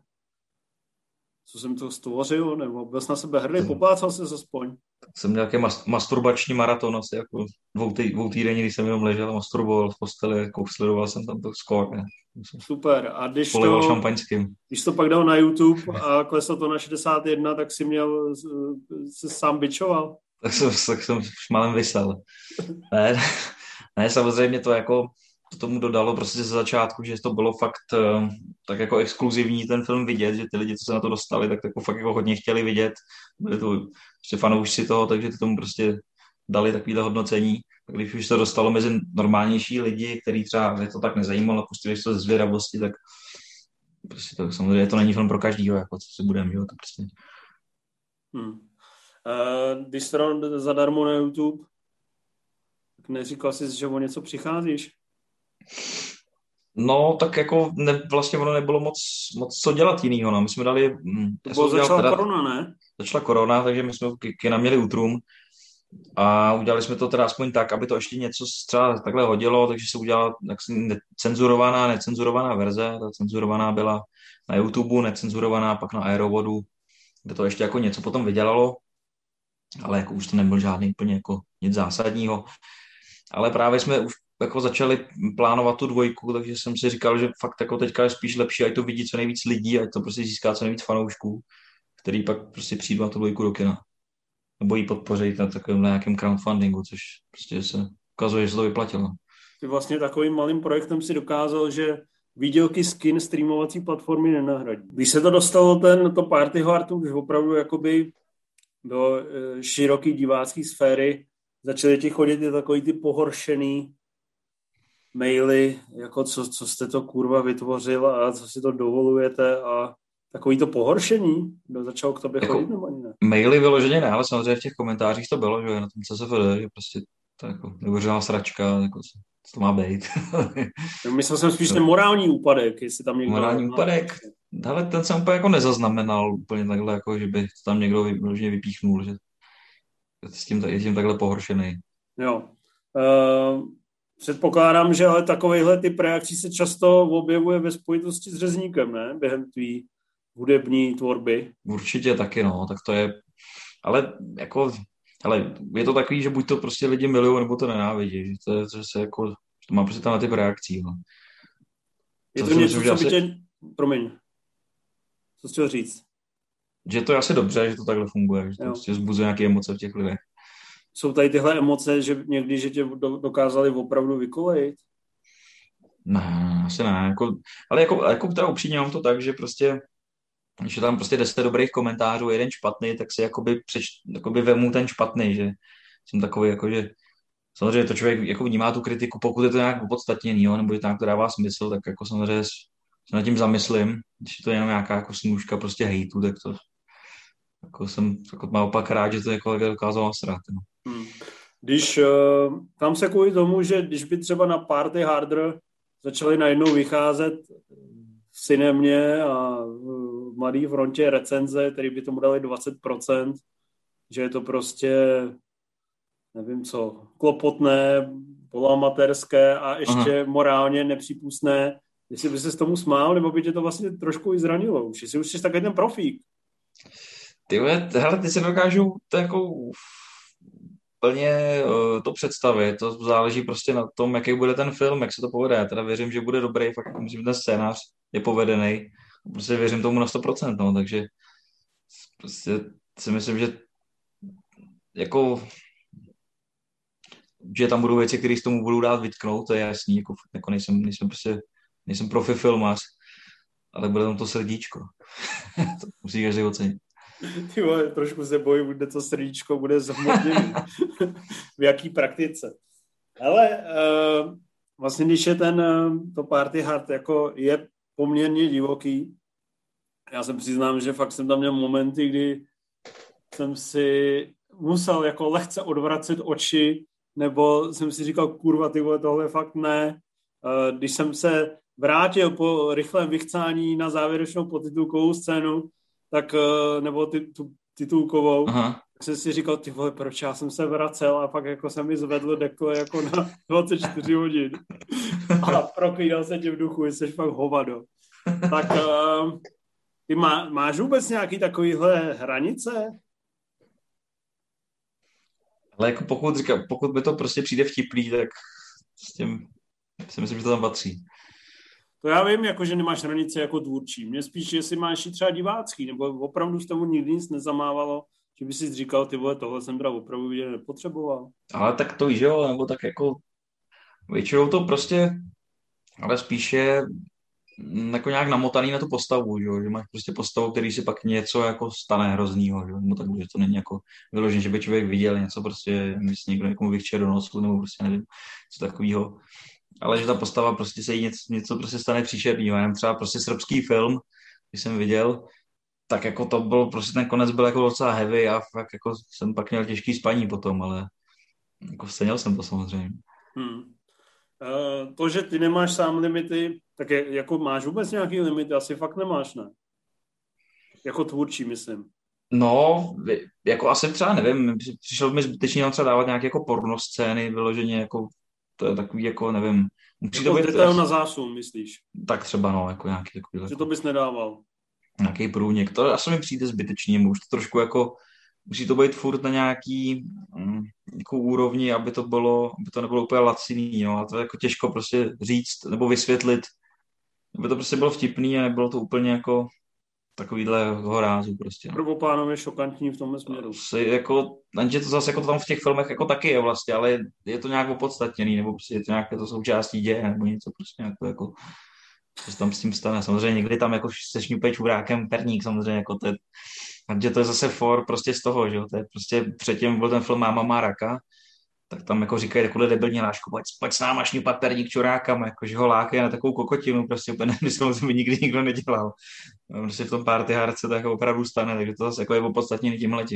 co jsem to stvořil, nebo byl na sebe hrdý, poplácal se aspoň. Tak jsem měl nějaký mas- masturbační maraton, asi jako dvou, tý, dvou týdení, když jsem jenom ležel a masturboval v posteli, jako sledoval jsem tam to skok. Ne? Super. A když to, šampaňským. Když to pak dal na YouTube a kleslo to na šedesát jedna, tak si měl se sám bičoval? tak jsem, tak jsem už málem vysel. Ne, ne, samozřejmě to jako to tomu dodalo prostě ze začátku, že to bylo fakt eh, tak jako exkluzivní ten film vidět, že ty lidi, co se na to dostali, tak to jako fakt jako hodně chtěli vidět. Byli to prostě fanoušci toho, takže ty tomu prostě dali takovýhle hodnocení. Tak když už se dostalo mezi normálnější lidi, který třeba je to tak nezajímalo, pustili se to ze zvědavosti, tak prostě to samozřejmě to není film pro každýho, jako co si budeme, jo, to prostě. Hmm. Uh, když jste zadarmo na YouTube, tak neříkal jsi, že o něco přicházíš? No, tak jako ne, vlastně ono nebylo moc, moc co dělat jinýho, no. My jsme dali... To bylo začala teda, korona, ne? Začala korona, takže my jsme kina měli útrum a udělali jsme to teda aspoň tak, aby to ještě něco třeba takhle hodilo, takže se udělala cenzurovaná, necenzurovaná verze. Ta cenzurovaná byla na YouTube, necenzurovaná pak na Aerovodu, kde to ještě jako něco potom vydělalo, ale jako už to nebyl žádný úplně jako nic zásadního. Ale právě jsme už jako začali plánovat tu dvojku, takže jsem si říkal, že fakt jako teďka je spíš lepší, ať to vidí co nejvíc lidí, ať to prostě získá co nejvíc fanoušků, který pak prostě přijdou na tu dvojku do kina. Nebo ji podpoří na takovém nějakém crowdfundingu, což prostě se ukazuje, že se to vyplatilo. Ty vlastně takovým malým projektem si dokázal, že výdělky skin streamovací platformy nenahradí. Když se to dostalo ten, to Party Hard už opravdu jakoby do e, široký divácký sféry, začaly ti chodit i takový ty pohoršený maily, jako co, co jste to kurva vytvořil a co si to dovolujete a takový to pohoršení, kdo začal k tobě jako chodit nebo ani ne? Maily vyloženě ne, ale samozřejmě v těch komentářích to bylo, že na tom C S F D, že prostě to jako neuvěřená sračka, jako co, co to má být. Myslel jsem spíš ten morální úpadek, jestli tam někdo... Morální úpadek? Ale ten jsem úplně jako nezaznamenal úplně takhle, jako že by tam někdo vyloženě vypíchnul, že s tím, je tím takhle pohoršený. Jo. Uh, předpokládám, že ale takovejhle typ reakcí se často objevuje ve spojitosti s řezníkem, ne? Během tvý hudební tvorby. Určitě taky, no, tak to je, ale jako, ale je to takový, že buď to prostě lidi milují, nebo to nenávidí, že to, že se jako, že to má prostě tam na typ reakcí, no. Je to co něco, myslím, co by tě, asi... promiň, co jsi chtěl říct? Že to je asi dobře, že to takhle funguje, že to prostě zbuzuje nějaké emoce v těch lidech. Jsou tady tyhle emoce, že někdy, že tě dokázali opravdu vykolejit? Ne, asi ne, jako, ale jako, jako teda upřímně mám to tak, že prostě když je tam prostě deset dobrých komentářů, jeden špatný, tak si jakoby, přeč, jakoby vemu ten špatný, že jsem takový, jako, že samozřejmě to člověk jako vnímá tu kritiku, pokud je to nějak opodstatněný, jo, nebo je to nějak to dává smysl, tak jako samozřejmě se nad tím zamyslím, když je to jenom nějaká jako snůžka prostě hejtu, tak to jako jsem jako naopak rád, že to jako dokázal nasrat. Hmm. Když uh, tam se kvůli tomu, že když by třeba na Party Harder začaly najednou vycházet v Cinemě a v Mladé frontě recenze, který by tomu dali dvacet procent, že je to prostě, nevím co, klopotné, poloamaterské a ještě Aha. morálně nepřípustné, jestli by se s tomu smál, nebo by tě to vlastně trošku i zranilo. Už jsi už jsi takový ten profík. Ty, hele, ty se dokážu to jako plně uh, to představit, to záleží prostě na tom, jaký bude ten film, jak se to povede. Já teda věřím, že bude dobrý, fakt myslím, ten scénář je povedený. Prostě věřím tomu na sto procent, no, takže prostě si myslím, že jako že tam budou věci, které s tomu budou dát vytknout, to je jasný, jako, jako nejsem, nejsem prostě, nejsem profi filmař, ale bude tam to srdíčko. To musí každý ocenit. Ty vole, trošku se bojím, bude to srdíčko, bude zhmotněný. V jaký praktice. Ale uh, vlastně, když je ten uh, to Party Hard jako je poměrně divoký, já se přiznám, že fakt jsem tam měl momenty, kdy jsem si musel jako lehce odvracet oči, nebo jsem si říkal, kurva, ty vole, tohle fakt ne. Uh, když jsem se vrátil po rychlém vychcání na závěrečnou podtitulkovou scénu, tak, nebo ty, tu titulkovou, Aha. tak jsem si říkal, ty vole, proč já jsem se vracel a pak jako se mi zvedlo dekle jako na dvacet čtyři hodin. A proklínal se tě v duchu, jsi fakt hovado. Tak uh, ty má, máš vůbec nějaký takovýhle hranice? Ale jako pokud, říkám, pokud by to prostě přijde vtipný, tak s tím si myslím, že to tam patří. To já vím, jako, že nemáš hranice jako tvůrčí. Mně spíš, jestli máš i třeba divácký, nebo opravdu s tomu nikdy nic nezamávalo, Že by si říkal, ty vole, tohle jsem teda opravdu vidět nepotřeboval. Ale tak to víš, jo, nebo tak jako většinou to prostě, ale spíše mm, jako nějak namotaný na tu postavu, že, jo? Že máš prostě postavu, který si pak něco jako stane hroznýho, že, jo? Nebo tak, že to není jako vyloženě, že by člověk viděl něco prostě, když někdo někomu vychče do nosu, nebo prostě nevím, co takového. Ale že ta postava prostě se jí něco, něco prostě stane příšernýho. Já třeba prostě srbský film, když jsem viděl, tak jako to byl, prostě ten konec byl jako docela heavy a fakt jako jsem pak měl těžký spaní potom, ale jako vcenil jsem to samozřejmě. Hmm. Uh, to, že ty nemáš sám limity, tak je, jako máš vůbec nějaký limity? Asi fakt nemáš, ne? Jako tvůrčí, myslím. No, jako asi třeba nevím, přišlo mi zbytečně tam třeba dávat nějaké jako porno scény, vyloženě jako, to je takový jako, nevím. Musí Jako to být, detail na zásun, myslíš? tak třeba no, jako nějaký takový, Že jako, to bys nedával. nějaký průnik, to asi mi přijde zbytečný, už to trošku jako, musí to být furt na nějaký mm, jako úrovni, aby to bylo, aby to nebylo úplně laciný, no, a to je jako těžko prostě říct nebo vysvětlit, aby to prostě bylo vtipný a nebylo to úplně jako takovýhle horázu prostě. No. Prvoplánově šokantní v tomhle směru. Si jako, že to zase jako to tam v těch filmech jako taky je vlastně, ale je to nějak opodstatněný, nebo prostě je to nějaké to součástí děje, nebo něco prostě nějak to jako, co se tam s tím stane. Samozřejmě někdy tam jako se šňupej čurákem perník, samozřejmě jako to je, že to je zase for prostě z toho, že jo, to je prostě předtím byl ten film Máma má raka, tak tam jako říkají takovou debilní nášku, pojď, pojď s náma šňupat perník čurákama, jako že ho lákají na takovou kokotinu, prostě úplně nemyslím, že by nikdy nikdo nedělal. Prostě v tom party hard se to jako opravdu stane, takže to zase jako je opodstatněný tímhletím.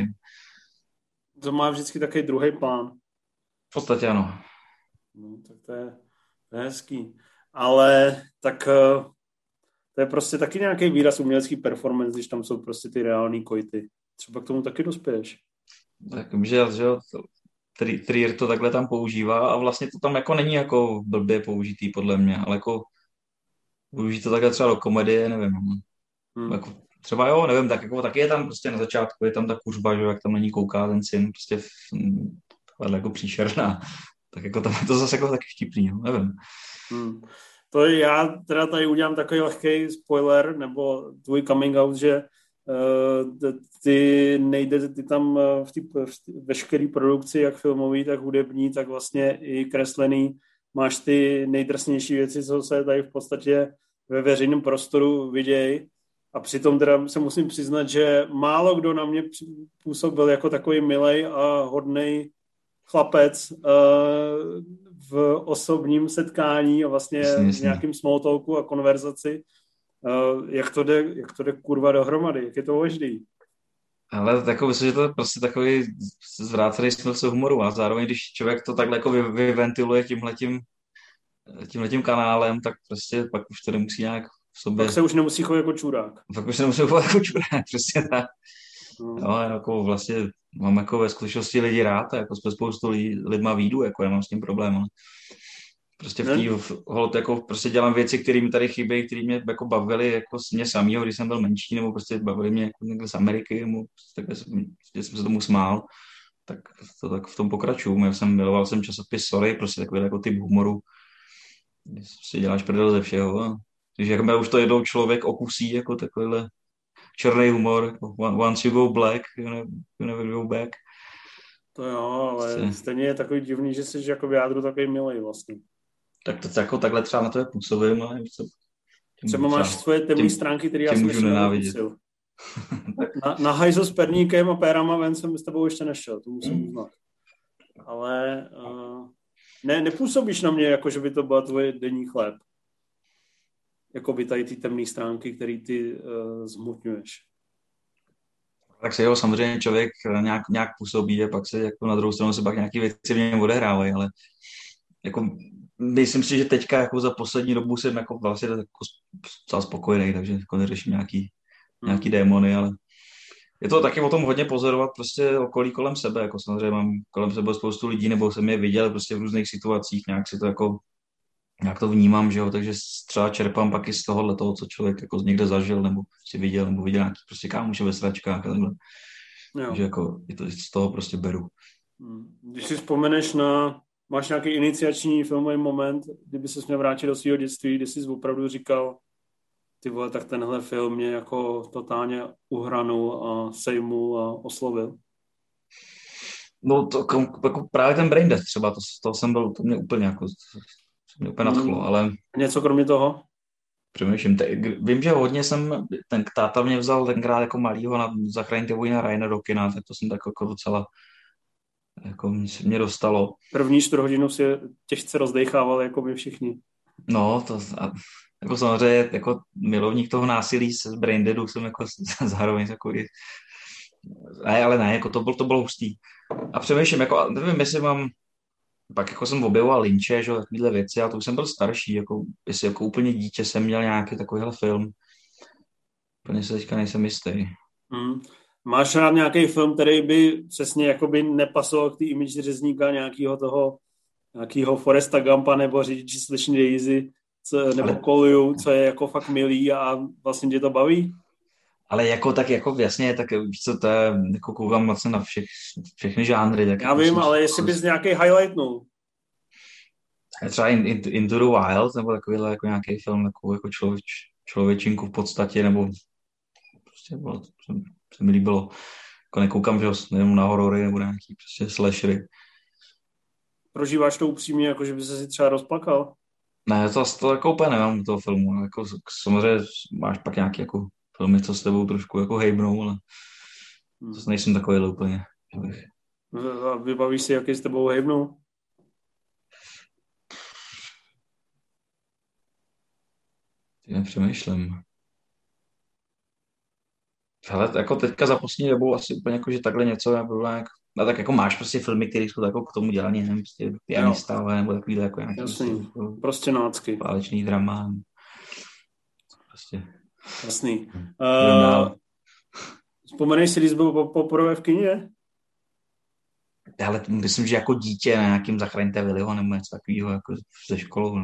To má vždycky takový druhý plán. V podstatě ano. No, tak to je, to je hezký. Ale tak uh, to je prostě taky nějaký výraz umělecký performance, když tam jsou prostě ty reální kojty. Třeba k tomu taky dospěješ. Tak že, že jo, Trier to takhle tam používá a vlastně to tam jako není jako blbě použitý podle mě, ale jako použít to takhle třeba do komedie, nevím. Hmm. Jako, třeba jo, nevím, tak jako taky je tam prostě na začátku, je tam ta kuřba, že jak tam není kouká ten syn, prostě takhle jako příšerná. Tak jako tam je to zase jako taky vtipný, no, nevím. Hmm. To já teda tady udělám takový lehký spoiler, nebo tvůj coming out, že uh, ty nejde, ty tam v té veškeré produkci, jak filmový, tak hudební, tak vlastně i kreslený, máš ty nejdrsnější věci, co se tady v podstatě ve veřejném prostoru vidějí. A přitom teda se musím přiznat, že málo kdo na mě působil jako takový milej a hodnej chlapec uh, v osobním setkání a vlastně jasně, jasně. v nějakým small talku a konverzaci. Uh, jak, to jde, jak to jde kurva dohromady? Jak je to možný? Ale jako myslím, že to je prostě takový zvrácený smysl humoru a zároveň, když člověk to takhle jako vyventiluje tímhletím, tímhletím kanálem, tak prostě pak už to nemusí nějak v sobě... Pak se už nemusí chovat jako čurák. Pak už se nemusí chovat jako čurák, přesně tak. Hmm. No, jako vlastně mám jako ve skutečnosti lidi rád, jako jsme spoustu lidí, lidma výjdu, jako já mám s tím problém, ale prostě v tý, hold, jako prostě dělám věci, které mi tady chybějí, které mě jako bavily jako mě samýho, když jsem byl menší, nebo prostě bavily mě jako někde z Ameriky, nebo prostě takhle jsem se tomu smál, tak to tak v tom pokračuju. Já jsem miloval jsem časopis Sorry, prostě takový jako typ humoru, kde si děláš prdel ze všeho. Takže jak už to jednou člověk okusí, jako takovýhle černý humor, once you go black, you never, you never go back. To jo, ale Jsi... stejně je takový divný, že jsi jako v jádru takový milej vlastně. Tak to jako takhle třeba na to je působím, ale víš co. Třeba máš svoje temné stránky, které já jsem ještě nenaviděl. na, na hajzo s perníkem a pérama ven jsem s tebou ještě nešel, to musím uznat. Ale uh, ne, nepůsobíš na mě, jako že by to byla tvoje denní chléb. Jako by tady ty temné stránky, které ty uh, zhmotňuješ. Tak se jeho samozřejmě člověk nějak, nějak působí a pak se jako na druhou stranu se pak nějaké věci v něm odehrávají, ale jako myslím si, že teďka jako za poslední dobu jsem jako vlastně jako docela spokojený, takže jako neřeším nějaký, hmm. nějaký démony, ale je to taky o tom hodně pozorovat prostě okolí kolem sebe, jako samozřejmě mám kolem sebe spoustu lidí, nebo jsem je viděl prostě v různých situacích, nějak si to jako nějak to vnímám, že jo, takže třeba čerpám pak i z tohohle toho, co člověk jako někde zažil, nebo si viděl, nebo viděl nějaký prostě kámoše ve sračkách a takhle. Takže jako je to, z toho prostě beru. Když si vzpomeneš na, máš nějaký iniciační filmový moment, kdyby se měl vrátit do svého dětství, kdy jsi opravdu říkal, ty vole, tak tenhle film mě jako totálně uhranul a sejmul a oslovil? No to jako právě ten Braindead třeba, to, to jsem byl, to mě úplně jako, to mě úplně nadchlo, Hmm. ale Něco kromě toho? přemýšlím, te, vím, že hodně jsem, ten táta mě vzal tenkrát jako malýho na Zachraňte vojína Ryana do kina, tak to jsem tak jako docela, jako mě, se mě dostalo. První čtvrt hodinu si těžce rozdechával, jako my všichni. No, to, a, jako samozřejmě, jako milovník toho násilí z Braindeadu jsem jako zároveň takový, ne, ale ne, jako to, byl, to bylo hustý. A přemýšlím, jako, nevím, jestli mám, pak jako jsem objevoval Lynche, že jo, takovýhle věci, a to už jsem byl starší, jako, jestli jako úplně dítě jsem měl nějaký takovýhle film, úplně se teďka nejsem jistý. Hmm. Máš rád nějaký film, který by přesně jakoby nepasoval k té image řezníka nějakého toho, nějakého Foresta Gumpa nebo Řidiči sleční Daisy, co, nebo Ale, Koluju, co je jako fakt milý a vlastně tě to baví? ale jako tak jako jasně, tak víš co, to je, jako koukám vlastně na všech, všechny žánry, tak Já jako vím, jsem, ale jestli bys nějaký highlightnul. třeba in, in, Into the Wild, nebo takovýhle jako nějaký film, takovou jako člověč, člověčinku v podstatě, nebo prostě bylo, to se, se mi líbilo. Jako nekoukám, že nevím, na horory nebo nějaký prostě slashery. Prožíváš to upřímně, jako že by se si třeba rozplakal? Ne, to, to jako úplně nemám u toho filmu. No. Jako, samozřejmě máš pak nějaký jako filmy, co s tebou trošku jako hejbnou, ale to Hmm. nejsem takový úplně. A vybavíš si, jaký s tebou hejbnul? Ty nepřemýšlím. Hele, jako teďka za poslední dobou asi úplně jako, že takhle něco, jako, no tak jako máš prostě filmy, které jsou jako k tomu dělaný, nevím, prostě Pianista, nebo takovýhle jako nějaký Jasný, prostě, jako, prostě nácky. válečný drama. Prostě. Jasný. Jdem Uh, vzpomeneš si, když byl po- poprvé v kině? Ale myslím, že jako dítě na nějakým Zachraňte Willyho nebo něco takového jako ze školou.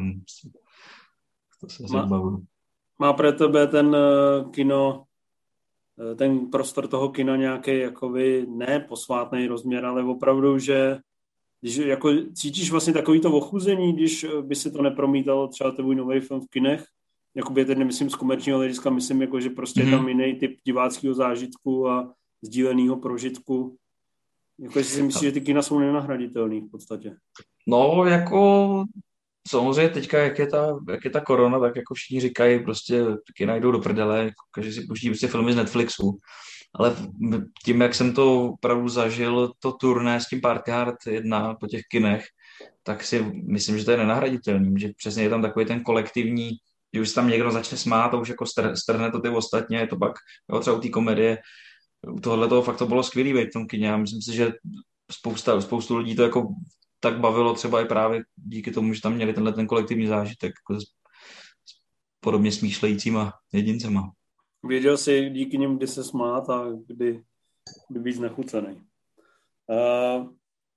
To se asi Má, bavu. má pro tebe ten uh, kino, uh, ten prostor toho kina nějaký jakoby ne posvátný rozměr, ale opravdu, že když jako cítíš vlastně takový to ochuzení, když by se to nepromítalo třeba tvůj nový film v kinech, jakoby teď nemyslím z komerčního hlediska, myslím jako, že prostě je Mm-hmm. tam jiný typ diváckého zážitku a sdíleného prožitku. Jako jestli si myslíš, že ty kina jsou nenahraditelný v podstatě. No, jako samozřejmě teďka, jak je, ta, jak je ta korona, tak jako všichni říkají, prostě kina jdou do prdele, každý si puští prostě filmy z Netflixu. Ale tím, jak jsem to opravdu zažil, to turné s tím Party Hard jedna po těch kinech, tak si myslím, že to je nenahraditelný, že přesně je tam takový ten kolektivní, že už se tam někdo začne smát a už jako str, strhne to ty ostatně, je to pak, jo, třeba u té komedie, tohle toho fakt to bylo skvělý být v tom kině a myslím si, že spousta, spoustu lidí to jako tak bavilo třeba i právě díky tomu, že tam měli tenhle ten kolektivní zážitek jako s, s podobně smýšlejícíma jedincema. Věděl jsi díky nim, kdy se smát a kdy, kdy být znechucený. Uh,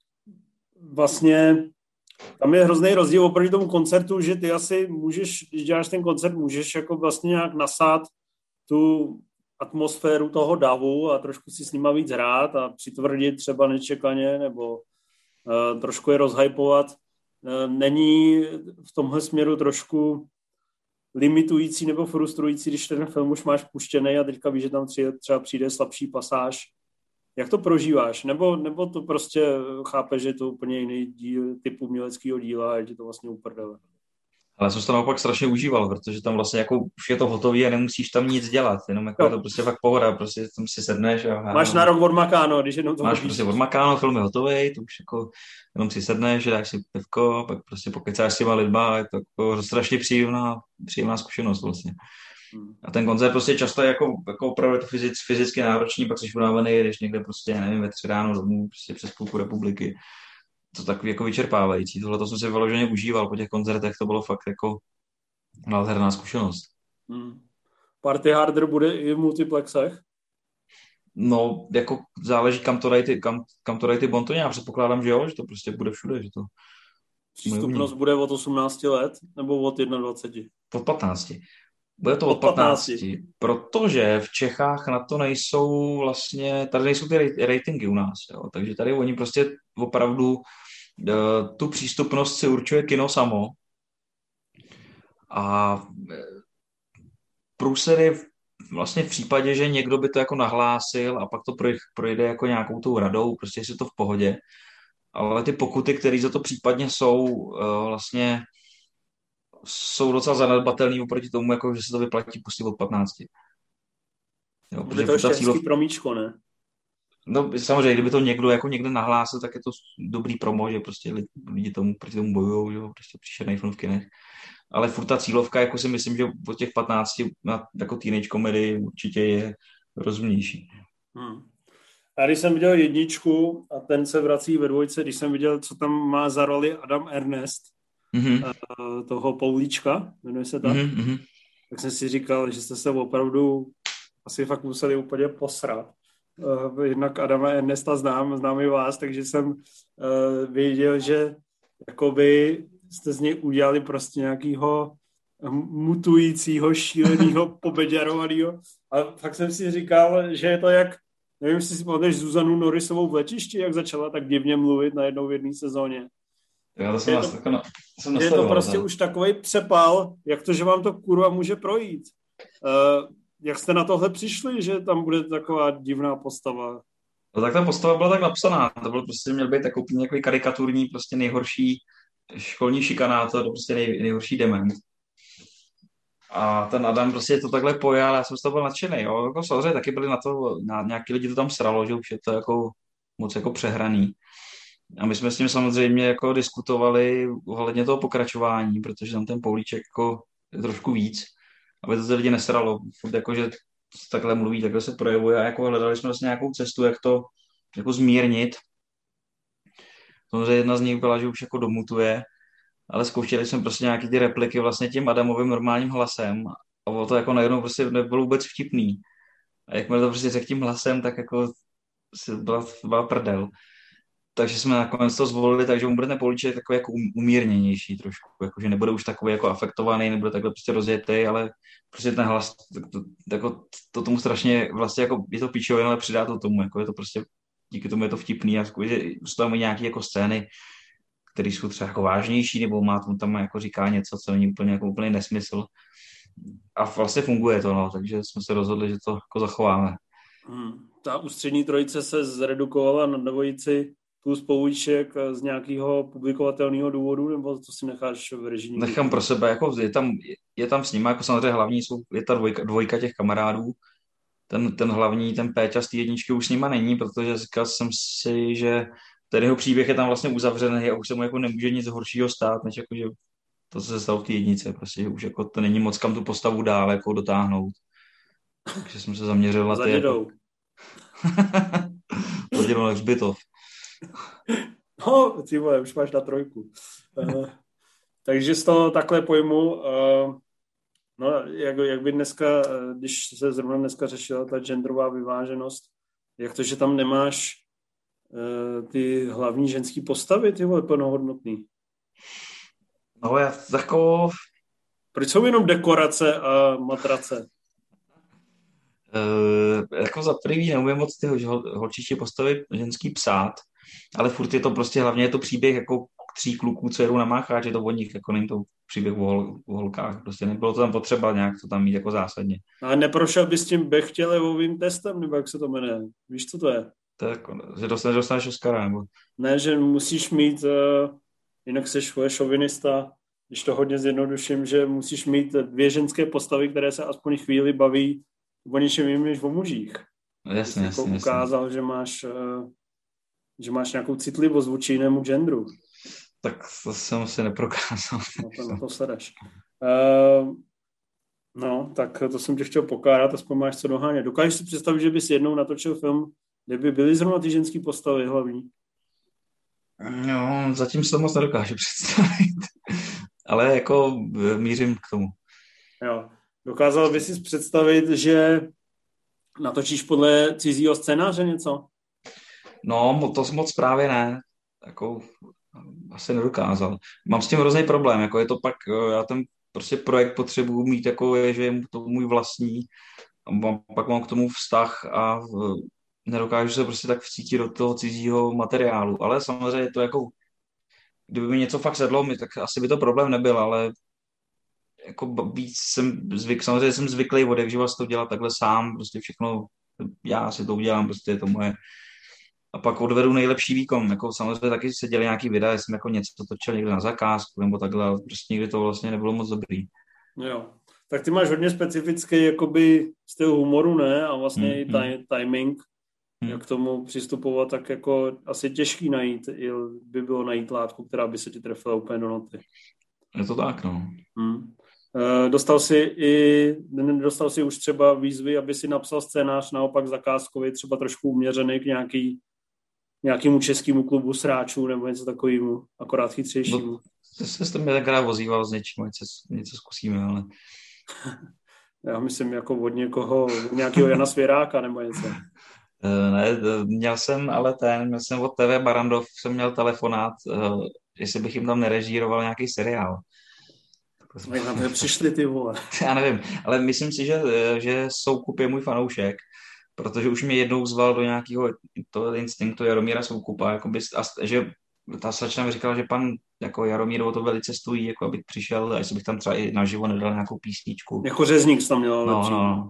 vlastně tam je hrozný rozdíl oproti tomu koncertu, že ty asi můžeš, když děláš ten koncert, můžeš jako vlastně nějak nasát tu atmosféru toho davu a trošku si s nima víc hrát a přitvrdit třeba nečekaně nebo uh, trošku je rozhypovat. Uh, není v tomhle směru trošku limitující nebo frustrující, když ten film už máš puštěný a teďka víš, že tam třeba přijde slabší pasáž. Jak to prožíváš? Nebo, nebo to prostě chápeš, že je to úplně jiný díl, typ uměleckého díla a je ti to vlastně uprdele? Ale jsem to naopak strašně užíval, protože tam vlastně jako už je to hotový a nemusíš tam nic dělat, jenom jako je to prostě fakt pohoda, prostě tam si sedneš a... Máš na rok odmakáno, když jenom to Máš prostě odmakáno, film je hotový, to už jako jenom si sedneš, dáš si pivko, pak prostě pokecáš s těma lidma a je to jako strašně příjemná, příjemná zkušenost vlastně. Hmm. A ten koncert prostě často je jako, jako opravdu to fyzic, fyzicky náročný, pak jsi unavený, jdeš někde prostě, nevím, ve tři ráno domů, prostě přes půlku republiky. To takový jako vyčerpávající. Tohle to jsem si vyloženě užíval po těch koncertech, to bylo fakt jako nádherná zkušenost. Hmm. Party Harder bude i v multiplexech? No, jako záleží, kam to dají ty, kam, kam to dají ty bontony. Já předpokládám, že jo, že to prostě bude všude, že to... Přístupnost bude od osmnácti let nebo od dvaceti jedna? Od patnácti. Bude to od patnácti, protože v Čechách na to nejsou vlastně, tady nejsou ty ratingy u nás, jo, takže tady oni prostě opravdu uh, tu přístupnost si určuje kino samo a průsery vlastně v případě, že někdo by to jako nahlásil a pak to projde, projde jako nějakou tou radou, prostě je to v pohodě. Ale ty pokuty, které za to případně jsou, eh, vlastně jsou docela zanedbatelný oproti tomu, jako že se to vyplatí pustit od patnácti. Jo, Bude protože to furt ta ještě cílov... hezký promíčko, ne? No, samozřejmě, kdyby to někdo jako někde nahlásil, tak je to dobrý promo, že prostě lidi lidi tomu, proti tomu bojují, že jo, prostě příšerný film v kinech. Ale furt ta cílovka, jako si myslím, že od těch patnácti na jako teenage komedii určitě je rozumnější. Hmm. A když jsem viděl jedničku a ten se vrací ve dvojce, když jsem viděl, co tam má za roli Adam Ernest, Mm-hmm. toho Poulíčka, jmenuje se tak, Mm-hmm. tak jsem si říkal, že jste se opravdu asi fakt museli úplně posrat. Uh, jednak Adama Ernesta znám, znám i vás, takže jsem uh, věděl, že jakoby jste z něj udělali prostě nějakýho mutujícího, šílenýho, pobeďarovanýho. A fakt jsem si říkal, že je to jak, nevím, jestli si pamatuješ Zuzanu Norisovou v Letišti, jak začala tak divně mluvit najednou v jedné sezóně. Já to jsem, Je nas, to, jako na, jsem je to nastavival, prostě ne? už takovej přepal, jak to, že vám to kurva může projít. Uh, jak jste na tohle přišli, že tam bude taková divná postava? No tak ta postava byla tak napsaná, to byl prostě měl být takový nějaký karikaturní, prostě nejhorší školní šikanátor, to prostě nej, nejhorší dement. A ten Adam prostě to takhle pojal, já jsem z toho byl nadšený, jo. Jako samozřejmě taky byli na to, na, nějaký lidi to tam sralo, že už je to jako moc jako přehraný. A my jsme s tím samozřejmě jako diskutovali ohledně toho pokračování, protože tam ten Poulíček jako je trošku víc, aby to ty lidi nesralo. Furt jako, že takhle mluví, takhle se projevuje a jako hledali jsme vlastně nějakou cestu, jak to jako zmírnit. Samozřejmě jedna z nich byla, že už jako domutuje, ale zkoušeli jsme prostě nějaký ty repliky vlastně tím Adamovým normálním hlasem a bylo to jako najednou prostě nebylo vůbec vtipný. A jakmile to prostě řekl tím hlasem, tak jako byla, byla prdel. Takže jsme nakonec to zvolili, takže mu bude ten Políček takový jako um- umírněnější trošku, jako, že nebude už takový jako afektovaný, nebude takhle prostě rozjetý, ale prostě ten hlas, to, to, jako, to tomu strašně, vlastně jako je to píčovina, ale přidá to tomu, jako je to prostě, díky tomu je to vtipný a že jsou tam i nějaké jako scény, které jsou třeba jako vážnější, nebo má tam, tam jako říká něco, co není úplně jako úplný nesmysl. A vlastně funguje to, no, takže jsme se rozhodli, že to jako zachováme. Hmm. Ta ústřední trojice se zredukovala na dvojici plus Poulíček z nějakého publikovatelného důvodu, nebo to si necháš v režii? Nechám pro sebe, jako je tam, je tam s nimi, jako samozřejmě hlavní jsou, je ta dvojka, dvojka těch kamarádů, ten, ten hlavní, ten Péťa z té jedničky už s nima není, protože říkal jsem si, že ten jeho příběh je tam vlastně uzavřený a už se mu jako nemůže nic horšího stát, než jako, že to, co se stalo v té jednice, prostě že už jako to není moc kam tu postavu dál jako dotáhnout. Takže jsem se zaměřil na Za ty dědou. jako... Za dědou jak Zbytov. No, ty vole, už máš na trojku. Uh, takže z toho takhle pojmu, uh, no, jak, jak by dneska, když se zrovna dneska řešila ta genderová vyváženost, jak to, že tam nemáš uh, ty hlavní ženský postavy, ty vole, plnohodnotný? No já jako... Proč jsou jenom dekorace a matrace? Uh, jako za prvý neumím moc ty hol, holčičí postavy ženský psát, ale furt je to prostě, hlavně je to příběh jako tří kluků, co jedou na mácháč, je to o nich, jako není to příběh o, hol, o holkách, prostě nebylo to tam potřeba nějak to tam mít jako zásadně. A neprošel bys tím Bechtělevovým testem, nebo jak se to jmenuje? Víš, co to je? To je jako, že dostaneš, dostaneš Oscara, nebo? Ne, že musíš mít, uh, jinak jsi šovinista, když to hodně zjednoduším, že musíš mít dvě ženské postavy, které se aspoň chvíli baví o něčem jiném než o mužích. No, jasně, jasně, jasně, ukázal, jasně. že máš, uh, že máš nějakou citlivost vůči jinému genderu. Tak to jsem si neprokázal. No to, na to sledeš. Uh, no, tak to jsem tě chtěl pokárat, aspoň máš co dohánět. Dokážeš si představit, že bys jednou natočil film, kde by byly zrovna ty ženské postavy hlavní? No, zatím se to moc nedokážu představit. Ale jako mířím k tomu. Jo. Dokázal bys si představit, že natočíš podle cizího scénáře něco? No, to moc právě ne. Jako, asi nedokázal. Mám s tím hrozný problém, jako je to pak, já ten prostě projekt potřebuji mít jako je, že je to můj vlastní, a mám, pak mám k tomu vztah a v, nedokážu se prostě tak vcítit do toho cizího materiálu, ale samozřejmě to jako, kdyby mi něco fakt sedlo, mi, tak asi by to problém nebyl, ale jako b- víc jsem zvyk, samozřejmě jsem zvyklý od jak živa to dělat takhle sám, prostě všechno, já si to udělám, prostě je to moje. A pak odvedu nejlepší výkon. Jako samozřejmě taky se děli nějaký videa, jsem jako něco točil někde na zakázku nebo takhle, ale prostě nikdy to vlastně nebylo moc dobrý. Jo. Tak ty máš hodně specifický jakoby styl humoru, ne? A vlastně Hmm, i hmm. ti- timing, Hmm. jak k tomu přistupovat, tak jako asi těžký najít, by bylo najít látku, která by se ti trefila úplně do noty. Je to tak, no. Hmm. Uh, dostal si i, dostal si už třeba výzvy, aby si napsal scénář naopak zakázkový, třeba trošku uměřený k nějaký, nějakému českému klubu sráčů nebo něco takovému, akorát chytřejšímu. No, jste se mě tenkrát vozíval s něčím, něco, něco zkusíme, ale... Já myslím jako od někoho, od nějakého Jana Svěráka nebo něco. Uh, ne, měl jsem, ale ten, měl jsem od T V Barandov, jsem měl telefonát, uh, jestli bych jim tam nerežíroval nějaký seriál. Jak na to přišli, ty vole. Já nevím, ale myslím si, že, že Soukup je můj fanoušek, protože už mě jednou zval do nějakého toho instinktu Jaromíra Soukupa, jakoby, a, že ta slečna mi říkala, že pan jako Jaromír o to velice stojí, jako abych přišel, a jestli bych tam třeba i naživo nedal nějakou písničku. Jako řezník jsi tam měl No, lepší. no.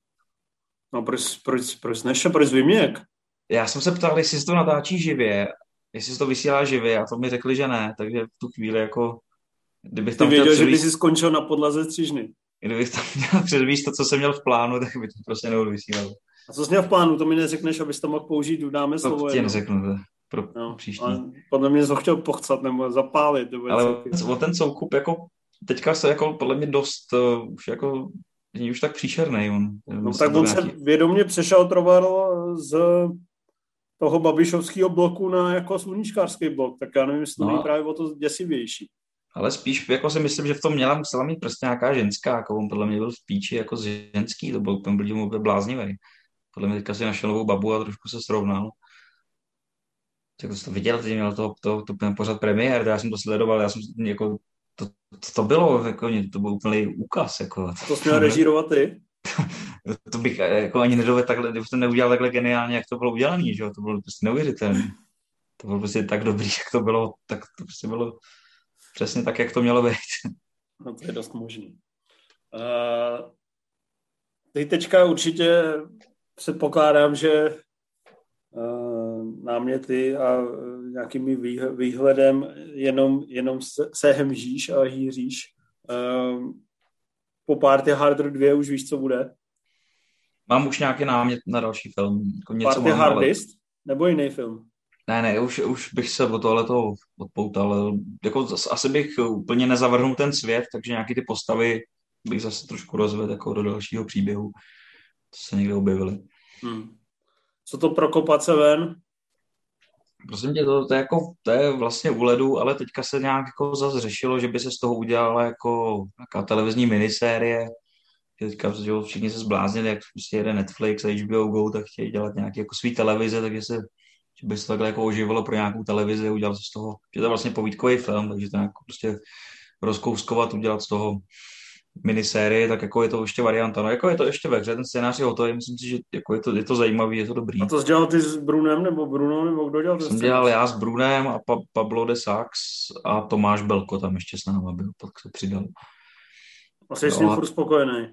No proč, proč, proč neše, proč Zviměk? Já jsem se ptal, jestli se to natáčí živě, jestli se to vysílá živě, a to mi řekli, že ne, takže v tu chvíli jako, kdybych Ty tam věděl, chtěl že by předvíst, si skončil na podlaze střižny. kdybych tam měl předvíst to, co jsem měl v plánu, tak by to prostě nebudu vysílat. A co jsi měl v plánu, to mi neřekneš, abys to mohl použít, dáme slovo. To ti jedno. neřeknu, to pro No, příští. ale podle mě jsi ho chtěl pochcat nebo zapálit. Nebo Ale něco. o ten Soukup jako teďka se jako podle mě dost uh, už jako není už tak příšerný. On, No tak on nějaký... se vědomě přešaltroval z toho babišovského bloku na jako sluníčkářský blok, tak já nevím, jestli to no, není právě o to děsivější. Ale spíš jako si myslím, že v tom měla musela mít prostě nějaká ženská, jako on podle mě byl v píči jako ženský, to byl ten byl úplně bláznivý. Podle mě teďka si našel novou babu a trošku se srovnal. Tak to jsi to viděl, ty měl to, to, to, ten pořad premiér, já jsem to sledoval, já jsem jako, to, to, to bylo, jako, to byl úplný úkaz. Jako. To jsi měl režírovat ty? To bych jako ani nedovedl takhle, kdybych to neudělal takhle geniálně, jak to bylo udělané, že jo, to bylo prostě neuvěřitelné. To bylo prostě tak dobrý, jak to bylo, tak to prostě bylo přesně tak, jak to mělo být. No to je dost možný. Uh, teď teďka určitě předpokládám, že uh, náměty a uh, nějakými výhledem jenom, jenom se, se hemžíš a hýříš. Uh, po Party Harder dva už víš, co bude? Mám už nějaký námět na další film. Jako něco Party mám, Hardest? ale... Nebo jiný film? Ne, ne, už, už bych se od tohleto odpoutal. Jako asi bych úplně nezavrhnul ten svět, takže nějaký ty postavy bych zase trošku rozvedl jako do dalšího příběhu, co se někde objevily. Hmm. Co to prokopat se ven? Prosím tě, to, to, je jako, to je vlastně u ledu, ale teďka se nějak jako zase řešilo, že by se z toho udělala jako nějaká televizní minisérie, že teďka že všichni se zbláznili, jak prostě jede Netflix a H B O Go, tak chtějí dělat nějaké jako svý televize, takže se že by se to takhle jako oživilo pro nějakou televizi, udělat se z toho, že to je vlastně povídkový film, takže to jako prostě rozkouskovat, udělat z toho minisérie, tak jako je to ještě varianta. No jako je to ještě ve hře, ten scénář je hotový, myslím si, že jako je, to, je to zajímavý, je to dobrý. A to jsi dělal ty s Brunem, nebo Bruno, nebo kdo dělal? Jsem dělal já s Brunem a pa, Pablo de Sax a Tomáš Belko tam ještě s náma byl, pak se přidal. A jsi s ním furt spokojený?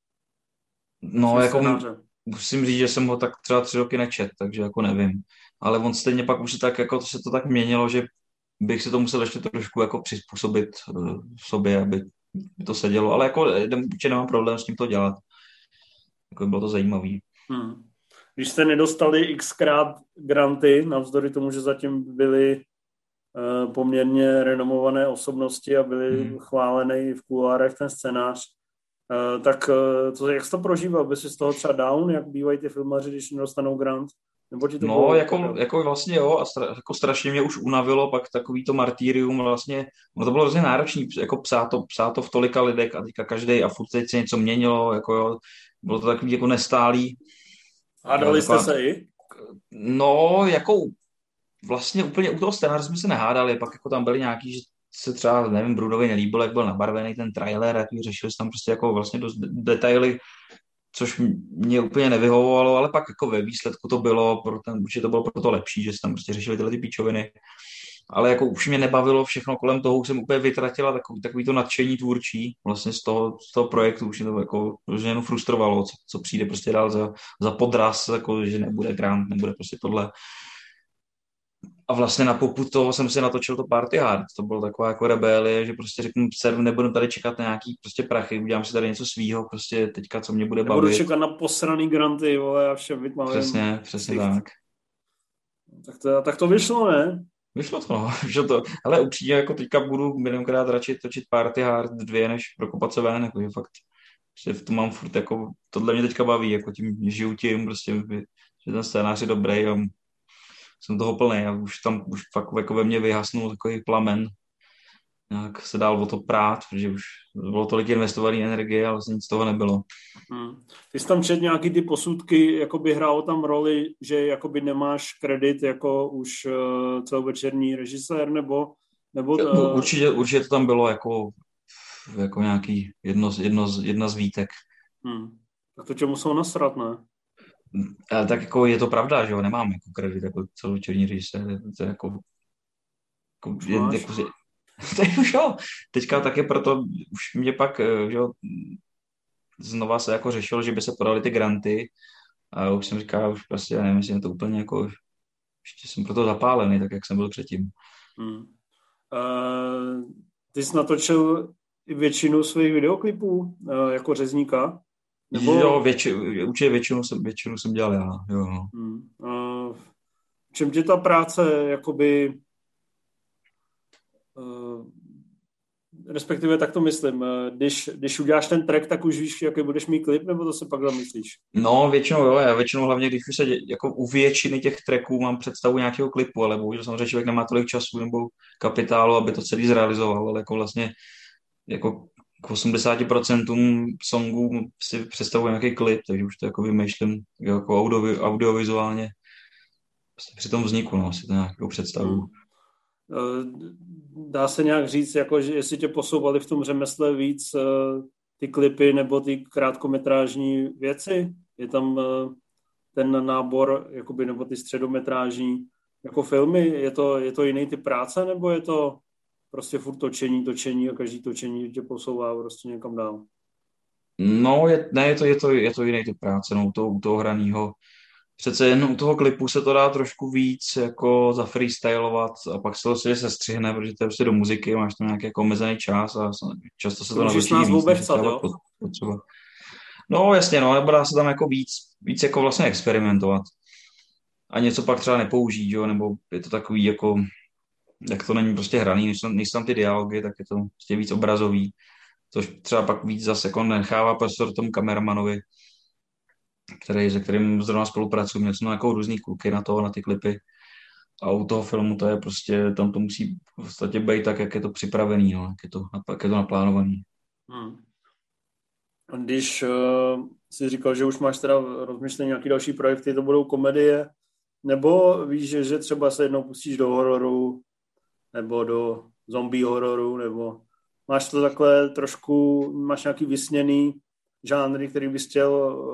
No jako scénáře. Musím říct, že jsem ho tak třeba tři roky nečet, takže jako nevím. Ale on stejně pak už se tak, jako to se to tak měnilo, že bych si to musel ještě trošku jako přizpůsobit uh, sobě, aby to sedělo. Ale jako určitě nemám problém s tím to dělat. Jako bylo to zajímavý. Hmm. Když jste nedostali xkrát granty, navzdory tomu, že zatím byly uh, poměrně renomované osobnosti a byly hmm. chválené v kulárech ten scénář, uh, tak uh, to, jak jsi to prožíval? By si z toho třeba down, jak bývají ty filmaři, když nedostanou grant? Nebo ti to no, bylo, jako, jako, jako vlastně jo, a stra, jako strašně mě už unavilo pak takový to martýrium vlastně, no to bylo hrozně náročný, jako psát to, psát to v tolika lidech a teďka každej a furt teď se něco měnilo, jako jo, bylo to takový jako nestálý. Hádali jste se i? No, jako vlastně úplně u toho scénáře jsme se nehádali, pak jako tam byly nějaký, že se třeba, nevím, Brunovi nelíbilo, jak byl nabarvený ten trailer, jaký řešili se tam prostě jako vlastně dost detaily, což mě úplně nevyhovovalo, ale pak jako ve výsledku to bylo, pro ten, určitě to bylo pro to lepší, že se tam prostě řešili tyhle ty píčoviny. ale jako už mě nebavilo všechno kolem toho, už jsem úplně vytratila takový, takový to nadšení tvůrčí vlastně z toho, z toho projektu, už mě to jako že jenom frustrovalo, co, co přijde prostě dál za, za podraz, jako, že nebude grant, nebude prostě tohle. A vlastně na popud toho jsem si natočil to Party Hard. To bylo taková jako rebelie, že prostě řeknu, sedu, nebudu tady čekat na nějaký prostě prachy, udělám si tady něco svýho, prostě teďka, co mě bude Nebudu bavit. čekat na posraný granty, vole, a všem vytmavím. Přesně, přesně tak. Tak to, tak to vyšlo, ne? Vyšlo to, no. Vyšlo to. Ale určitě jako teďka budu miliոնkrát radši točit Party Hard dvě, než prokopat se ven, jako, že fakt, že v tom mám furt, jako, tohle mě teďka baví, jako tím žiju tím, prostě, že ten scénář je dobrý a jsem toho plný a už tam už fakt jako ve mně vyhasnul takový plamen. Nějak se dál o to prát, protože už bylo tolik investované energie a vlastně nic z toho nebylo. Hmm. Ty jsi tam četl nějaký ty posudky, jakoby hrálo tam roli, že jakoby nemáš kredit jako už uh, celovečerní režisér, nebo... nebo uh... určitě, určitě to tam bylo jako, jako nějaký jedno, jedno, jedna z výtek. Hmm. Tak to tě muselo nasrat, ne? Ale tak jako je to pravda, že jo, nemám jako kredit jako celovečerní režisér, to je jako... jako, je, jako to je už jo, teďka taky proto už mě pak, že jo, znova se jako řešilo, že by se podaly ty granty a už jsem říkal, už prostě nevím, jestli je to úplně jako, ještě jsem proto zapálený, tak jak jsem byl předtím. Hmm. Uh, ty jsi natočil i většinu svých videoklipů uh, jako řezníka? Nebo... Jo, větši, určitě většinu jsem, většinu jsem dělal já, jo. Hmm. Uh, v čem tě ta práce jakoby uh, respektive tak to myslím, když, když uděláš ten track, tak už víš, jaký budeš mít klip, nebo to se pak zamyslíš? No, většinou jo, já většinou hlavně, když už se dě, jako u většiny těch tracků mám představu nějakého klipu, ale bohužel samozřejmě člověk nemá tolik času nebo kapitálu, aby to celý zrealizoval, ale jako vlastně jako k osmdesáti procentům songů si představuji nějaký klip, takže už to jako vymýšlím jako audio, audiovizuálně prostě při tom vzniku, no, si to nějakou představu. Hmm. Dá se nějak říct, jako, že jestli tě posouvali v tom řemesle víc ty klipy nebo ty krátkometrážní věci? Je tam ten nábor, jakoby, nebo ty středometrážní jako filmy? Je to, je to jiný typ práce, nebo je to prostě furt točení, točení a každý točení tě posouvá prostě někam dál? No, je, ne, je to, je, to, je to jiný typ práce, no, u toho, u toho hraného. Přece jen u toho klipu se to dá trošku víc jako zafreestylovat a pak se to si sestřihne, protože to je prostě do muziky, máš tam nějaký jako omezený čas a často se to natočí víc, než třeba potřeba. No jasně, no, nebo dá se tam jako víc, víc jako vlastně experimentovat. A něco pak třeba nepoužít, jo, nebo je to takový jako, jak to není prostě hraný, než tam, než tam ty dialogy, tak je to prostě víc obrazový, což třeba pak víc zase jako nechává prostor tomu kameramanovi, který, se kterým zrovna spolupracuji, měl jsem nějakou různý kluky na to, na ty klipy. A u toho filmu to je prostě, tam to musí v podstatě být tak, jak je to připravený, no, jak je to, jak je to naplánovaný. Hmm. Když uh, jsi říkal, že už máš teda rozmyšlený nějaký další projekty, to budou komedie, nebo víš, že, že třeba se jednou pustíš do hororu, nebo do zombie hororu, nebo máš to takhle trošku, máš nějaký vysněný žánry, který bys chtěl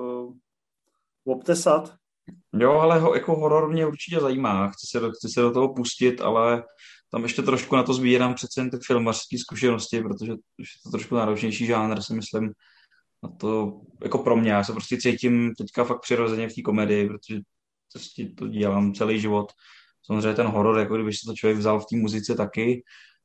uh, obtesat? Jo, ale ho, jako horor mě určitě zajímá, chci se, do, chci se do toho pustit, ale tam ještě trošku na to sbírám přece jen ty filmařské zkušenosti, protože je to trošku náročnější žánr, si myslím, na to, jako pro mě, já se prostě cítím teďka fakt přirozeně v té komedii, protože prostě to dělám celý život. Samozřejmě ten horor, jako kdyby se to člověk vzal v té muzice taky.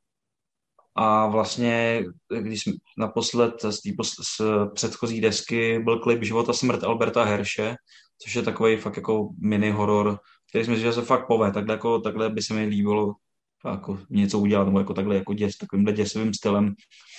A vlastně, když naposled z, tý, z předchozí desky byl klip Život a smrt Alberta Hersche, což je takový fakt jako mini horor, který si myslím, že se fakt povede. Takhle, jako, takhle by se mi líbilo jako něco udělat, nebo jako takhle jako děs, takovýmhle děsivým stylem.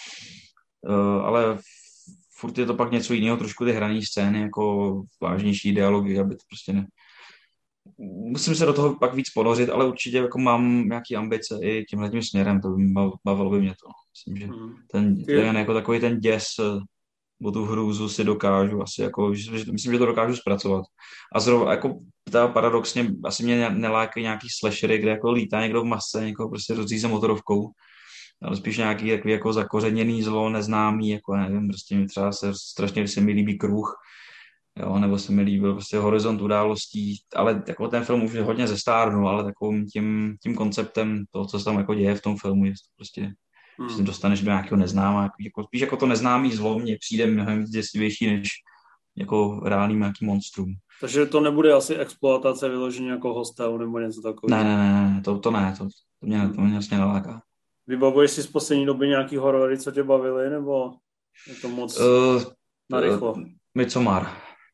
Uh, ale furt je to pak něco jiného, trošku ty hrané scény, jako vážnější dialogy, aby to prostě ne... Musím se do toho pak víc ponořit, ale určitě jako mám nějaké ambice i tímhletím směrem, to by bavilo by mě to. Myslím, že ten, ten jako takový ten děs o tu hrůzu si dokážu asi jako, myslím, že to dokážu zpracovat. A zrovna jako ta paradoxně asi mě nelákají nějaký slashery, kde jako lítá někdo v masce, někoho prostě rozříze motorovkou, ale spíš nějaký jako, jako zakořeněný zlo, neznámý, jako nevím, prostě mi třeba se strašně se mi líbí Kruh, jo, nebo se mi líbil prostě Horizont událostí, ale jako ten film už je hodně zestárnul, ale takovým tím, tím konceptem toho, co se tam jako děje v tom filmu, je to prostě, že se Hmm. dostaneš do nějakého neznáma, jako, spíš jako to neznámý zlo mně přijde mnohem víc děsivější, než jako reálný nějaký monstrum. Takže to nebude asi exploatace vyloženě jako hostel nebo něco Ne, takového. ne, ne, ne, to, to ne, to, to mě, to mě vlastně neláká. Vybavuješ si z poslední doby nějaký horory, co tě bavily, nebo je to moc Uh, narychlo? uh, Midsommar,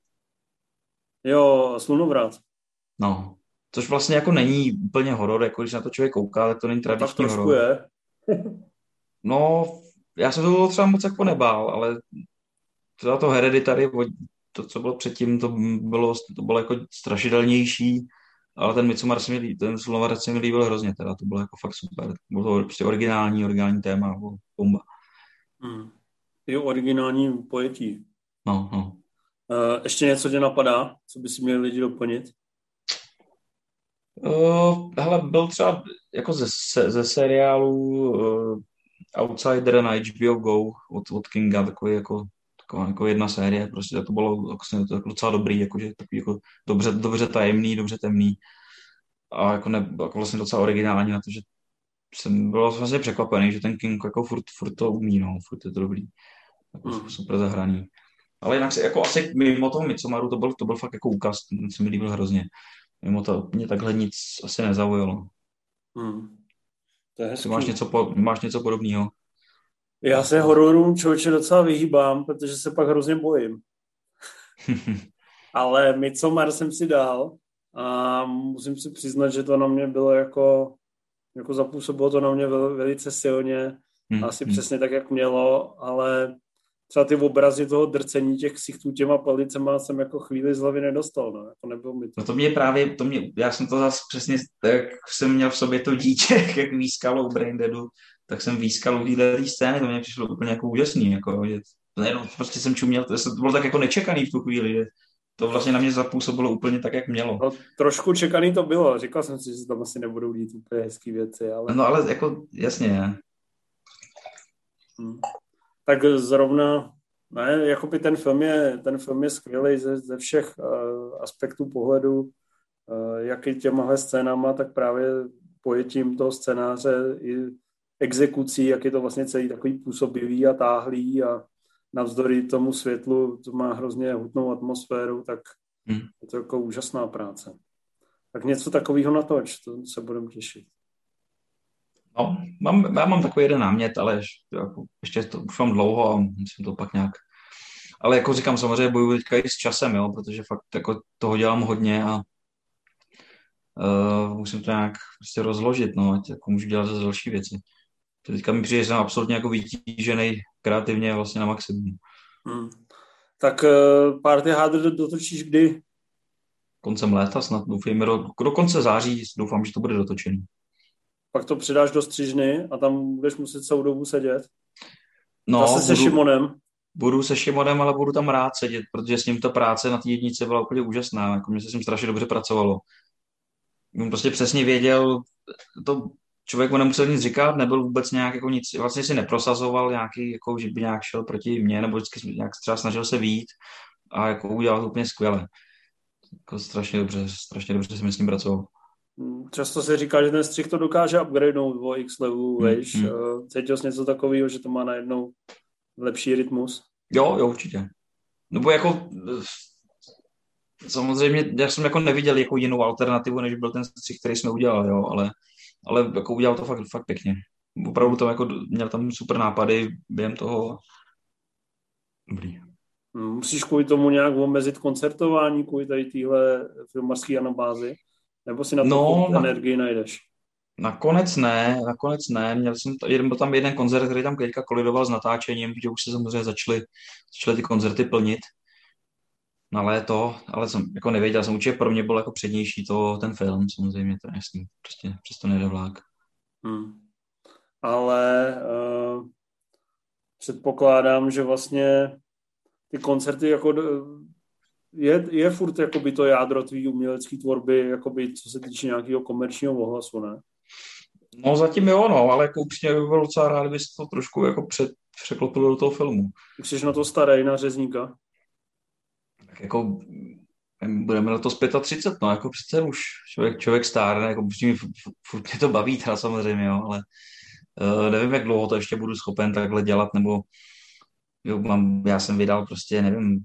Jo, Slunovrat. no. Což vlastně jako není úplně horor, jako když na to člověk kouká, tak to není No tak tradiční trošku horor. je. No, já jsem to třeba moc jako nebál, ale třeba to Hereditary, to, co bylo předtím, to bylo, to bylo jako strašidelnější, ale ten Midsommar se mi líbil, ten Slunovarec se mi líbil hrozně, teda to bylo jako fakt super. Bylo to prostě originální, originální téma, bylo bomba. Hmm. Je originální pojetí. No, no. Uh, ještě něco tě napadá, co by si měli lidi doplnit? Uh, hele, byl třeba jako ze, se, ze seriálu uh, Outsider na H B O Go od, od Kinga, takový jako, taková jako jedna série, prostě to bylo vlastně, to jako docela dobrý, jakože takový jako dobře, dobře tajemný, dobře temný a jako, ne, jako vlastně docela originální na to, že jsem byl vlastně překvapený, že ten King jako furt, furt to umí, no, furt je to dobrý, jako Hmm. super zahraný. Ale jinak si, jako asi mimo toho Midsommaru to byl, to byl fakt jako úkaz, ten se mi líbil hrozně. Mimo to mě takhle nic asi nezaujalo. Hmm. To je Ty máš hezký. něco, po, máš něco podobného? Já se hororům člověče docela vyhýbám, protože se pak hrozně bojím. Ale Midsommar jsem si dal a musím si přiznat, že to na mě bylo jako, jako zapůsobilo to na mě vel, velice silně, Hmm, asi hmm. přesně tak, jak mělo, ale třeba ty obrazy toho drcení těch ksichtů těma palicema jsem jako chvíli z hlavy nedostal, no, jako nebylo mi to. No to mě právě, to mě, já jsem to zase přesně, jak jsem měl v sobě to dítě, jak výskalo u Braindeadu, tak jsem výskal u téhle scény, to mě přišlo úplně jako úžasný, jako, že najednou prostě jsem čuměl, to, to bylo tak jako nečekaný v tu chvíli, že to vlastně na mě zapůsobilo úplně tak, jak mělo. No, trošku čekaný to bylo, říkal jsem si, že tam asi nebudou dít úplně hezký věci, ale... No ale jako, jasně, Hmm. Tak zrovna, ne, jako by ten film je, ten film je skvělý ze, ze všech uh, aspektů pohledu, uh, jak i těmahle scénama, tak právě pojetím toho scénáře i exekucí, jak je to vlastně celý takový působivý a táhlý a navzdory tomu světlu, to má hrozně hutnou atmosféru, tak hmm. je to jako úžasná práce. Tak něco takového natoč, to se budeme těšit. No, mám, já mám takový jeden námět, ale ještě, jako, ještě to už mám dlouho a musím to pak nějak. Ale jako říkám, samozřejmě bojuju teďka i s časem, jo, protože fakt jako toho dělám hodně a uh, musím to nějak prostě rozložit, no, ať jako můžu dělat zase další věci. Teďka mi přijde, že jsem absolutně jako vytížený kreativně vlastně na maximum. Hmm. Tak uh, Party Harder dotočíš kdy? Koncem léta snad, doufejme, do, do konce září doufám, že to bude dotočený. Pak to přidáš do střižny a tam budeš muset celou dobu sedět. No, Zase se budu, Šimonem. Budu se Šimonem, ale budu tam rád sedět, protože s ním ta práce na té jednice byla úplně úžasná. Jako mě se s ním strašně dobře pracovalo. On prostě přesně věděl, to člověk mu nemusel nic říkat, nebyl vůbec nějak jako nic, vlastně si neprosazoval nějaký, jako, že by nějak šel proti mně, nebo vždycky nějak třeba snažil se vyjít a jako udělal to úplně skvěle. Jako strašně dobře, strašně dobře jsem s ním pracoval. Často se říká, že ten střih to dokáže upgradenout o x levelů, Hmm, vejš. hmm. Cítil jsi něco takového, že to má najednou lepší rytmus? Jo, jo, určitě. Nebo jako samozřejmě, já jsem jako neviděl jako jinou alternativu, než byl ten střih, který jsme udělali, jo, ale, ale jako udělal to fakt, fakt pěkně. Opravdu tam jako měl tam super nápady během toho. Dobrý. Musíš kvůli tomu nějak omezit koncertování, kvůli tady téhle filmařské anabázi? Nebo si na to No, na, energii najdeš? nakonec ne, nakonec ne. Měl jsem jeden, byl tam jeden koncert, který tam teďka kolidoval s natáčením, že už se samozřejmě začaly, začaly ty koncerty plnit na léto, ale jsem jako nevěděl, jsem určitě pro mě byl jako přednější to, ten film, samozřejmě, to je jasný, prostě přesto nejde vlák. Hmm. Ale uh, předpokládám, že vlastně ty koncerty jako je, je furt jakoby to jádro tvý umělecký tvorby, jakoby, co se týče nějakého komerčního ohlasu, ne? No zatím jo, no, ale jako upřímně bych byl docela rád, kdyby se to trošku jako před, překlopilo do toho filmu. Už jsi na to starý, na řezníka? Tak jako budeme letos třicet pět, no jako přece už člověk, člověk stárne, jako mě, furt mě to baví teda samozřejmě, jo, ale uh, nevím, jak dlouho to ještě budu schopen takhle dělat, nebo jo, mám, já jsem vydal prostě, nevím,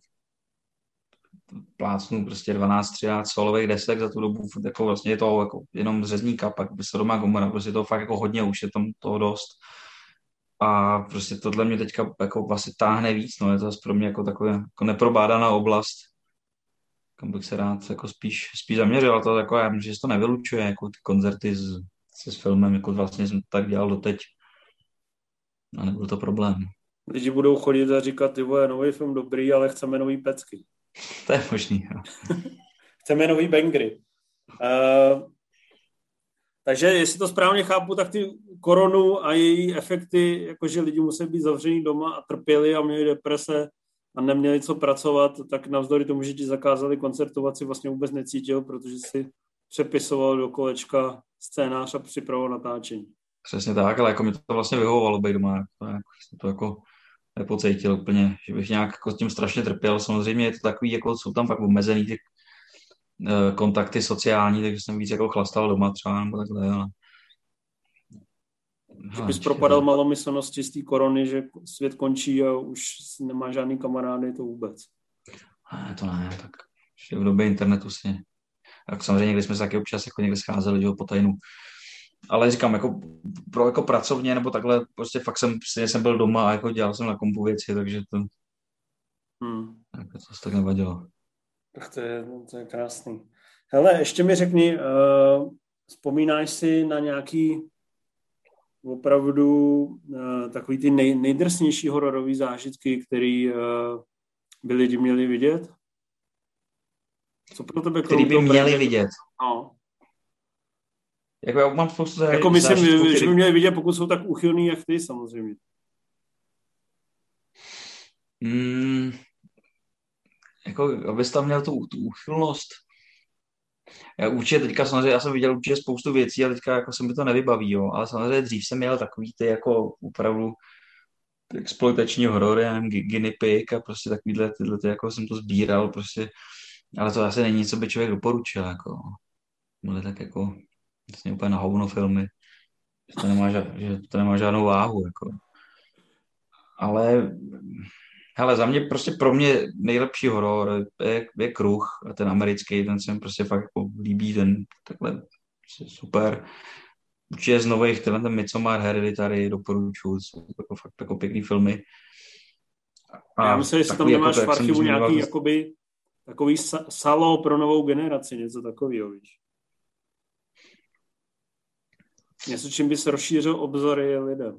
plácnu prostě dvanáct třináct solových desek za tu dobu, furt jako vlastně je to jako jenom řezníka, pak by se doma Gomora, prostě to fakt jako hodně, už je tam toho dost. A prostě tohle mě teďka jako vlastně táhne víc, no, je to zase pro mě jako takové jako neprobádaná oblast, kam bych se rád jako spíš, spíš zaměřil, ale to jako, já myslím, že se to nevylučuje, jako ty koncerty s, se s filmem, jako vlastně jsem tak dělal doteď a nebyl to problém. Lidi budou chodit a říkat, ty vole, nový film dobrý, ale chceme nový pecky. To je možný, jo. Chceme nový bangry. Uh, takže jestli to správně chápu, tak ty koronu a její efekty, jakože lidi musí být zavření doma a trpěli a měli deprese a neměli co pracovat, tak navzdory tomu, že ti zakázali koncertovat, si vlastně vůbec necítil, protože si přepisoval do kolečka scénář a připravoval natáčení. Přesně tak, ale jako mi to vlastně vyhovovalo být doma. To, jako, to jako nepocítil úplně, že bych nějak jako s tím strašně trpěl. Samozřejmě je to takový, jako jsou tam fakt omezený ty uh, kontakty sociální, takže jsem víc jako chlastal doma třeba, nebo takhle, ale... Že bys propadal malomyslnosti z té korony, že svět končí a už nemá žádný kamarády, to vůbec. Ne, to ne, tak ještě v době internetu si... Tak samozřejmě někdy jsme se taky občas jako někde scházeli, že jo, po tajnu. Ale říkám, jako pro jako pracovně, nebo takhle, prostě fakt jsem, jsem byl doma a jako dělal jsem na kompu věci, takže to, hmm. tak to se tak nevadilo. Tak to je, to je krásný. Hele, ještě mi řekni, uh, vzpomínáš si na nějaký opravdu uh, takový ty nej, nejdrsnější hororové zážitky, které uh, by lidi měli vidět? Co pro tebe který by měli prejde? Vidět? No. Jako já mám spoustu zážitků. Jako myslím, zážitků, že který... by měli vidět, pokud jsou tak uchylný, jak ty samozřejmě. Hmm, jako, abys tam měl tu, tu úchylnost. Já určitě teďka samozřejmě, já jsem viděl určitě spoustu věcí a teďka jako se mi to nevybaví, jo, ale samozřejmě dřív jsem měl takový ty jako opravdu exploitační horory, já nevím, Guinea Pig a prostě takovýhle, tyhle, ty, jako jsem to sbíral prostě, ale to asi není, co by člověk doporučil, jako, byly tak jako vlastně úplně na hovno filmy, že to nemá, ža- že to nemá žádnou váhu, jako. Ale hele, za mě prostě pro mě nejlepší horor je, je Kruh, a ten americký, ten se mi prostě fakt jako líbí, ten takhle super. Určitě z nových, tenhle ten Midsommar, Hereditary doporučuji, jsou jako fakt jako pěkný filmy. A já myslím, že tam nemáš jako, v archivu nějaký jakoby, takový salo pro novou generaci, něco takového, víš. Něco, čím bys rozšířil obzory lidem.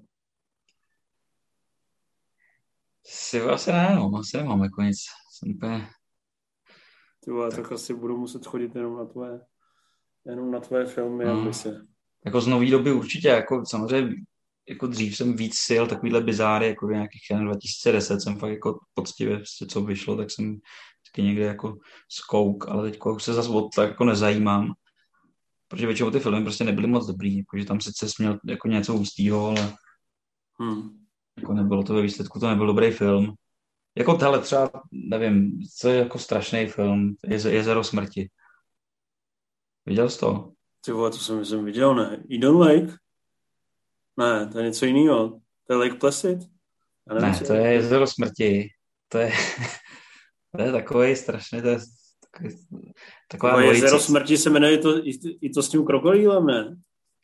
Si asi ne, no, asi nemám jako nic. Jsem úplně... Ty vole, tak. tak asi budu muset chodit jenom na tvoje, jenom na tvoje filmy, no. Aby se... Jako z nový doby určitě, jako samozřejmě, jako dřív jsem víc sil takovýhle bizáry, jako v nějakých dva tisíce deset jsem fakt jako poctivě, prostě co vyšlo, tak jsem taky někde jako zkouk, ale teď už se zase od tak jako nezajímám, protože většinou ty filmy prostě nebyly moc dobrý, jakože tam sice směl jako něco hustýho, ale hmm. jako nebylo to ve výsledku, to nebyl dobrý film. Jako tohle třeba, nevím, co je jako strašný film, Jeze, Jezero smrti. Viděl jsi to? Ty vole, to jsem, jsem viděl, ne? Eden Lake? Ne, to je něco jiného. To je Lake Placid? Nevím, ne, to je Jezero smrti. To je, to je takový strašný, to je takový, taková Jezero smrti se jmenuje to, i, i to s tím krokodýlem, ne?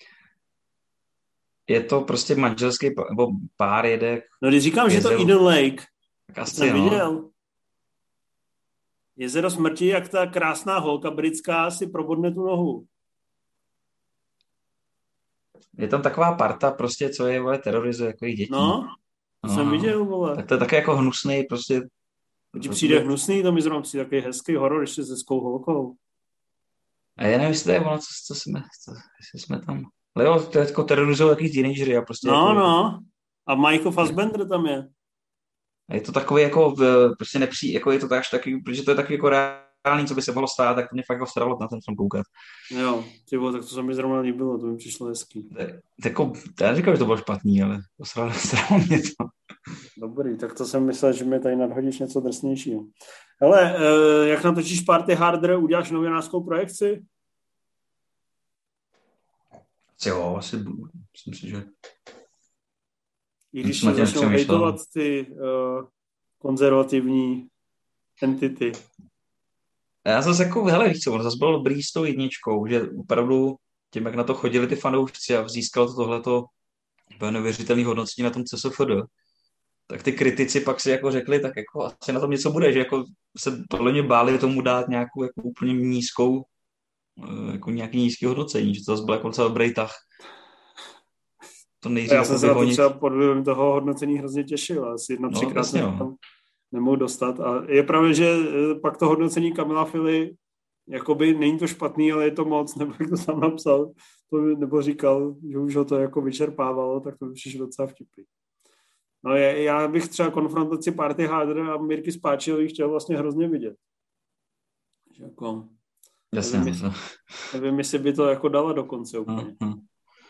Je to prostě manželský nebo pár jede. No když říkám, že to Eden Lake, tak asi, jsem no. viděl. Jezero smrti, jak ta krásná holka britská si probodne tu nohu. Je tam taková parta prostě, co je, vole, terorizuje jako dětí. No, to no, jsem viděl, vole. Tak to je taky jako hnusný, prostě. Ti přijde hnusný, to mi zrovna přijde takový hezký horor, ještě se skou holkou. A já nevím, jestli to je ono, co, co jsme, co, jestli jsme tam... Ale jo, to je jako terorizují jakýś teenagery a prostě... No, jako, no. A Michael Fassbender tam je. A je to takový jako, prostě nepří, jako je to tak, takový, protože to je takový jako reálný, co by se mohlo stát, tak to mě fakt jako staralo na ten film koukat. Jo, tyvo, tak to se mi zrovna líbilo, to mi přišlo hezký. Tak, jako, já říkám, že to bylo špatný, ale posralo mě to. Dobrý, tak to jsem myslel, že mi tady nadhodíš něco drsnějšího. Hele, jak natočíš Party Harder, uděláš novinářskou projekci? Jo, asi budu. Myslím si, že... I když se začnou hejtovat ty uh, konzervativní entity. Já zase jako, hele, víš co, on zase byl dobrý s tou jedničkou, že opravdu tím, jak na to chodili ty fanoušci a získal to tohleto neuvěřitelný hodnocení na tom C S F D, tak ty kritici pak si jako řekli, tak jako asi na tom něco bude, že jako se podle mě báli tomu dát nějakou jako úplně nízkou, jako nějaký nízký hodnocení, že to zase byl jako docela dobrý tah. To nejdřív já jsem se na to třeba pod vlivem toho hodnocení hrozně těšil, asi jedno, třikrát no, jsem tam nemohl dostat. A je pravda, že pak to hodnocení Kamila Fili, jakoby není to špatný, ale je to moc, nebo jak to sám napsal, to, nebo říkal, že už ho to jako vyčerpávalo, tak to by přišlo docela vtipný. No je, já bych třeba konfrontaci Party Harder a Mirky Spáčilový chtěl vlastně hrozně vidět. Že jako, Jasně. Nevím, jestli, nevím, jestli by to jako dala dokonce úplně. Uh-huh.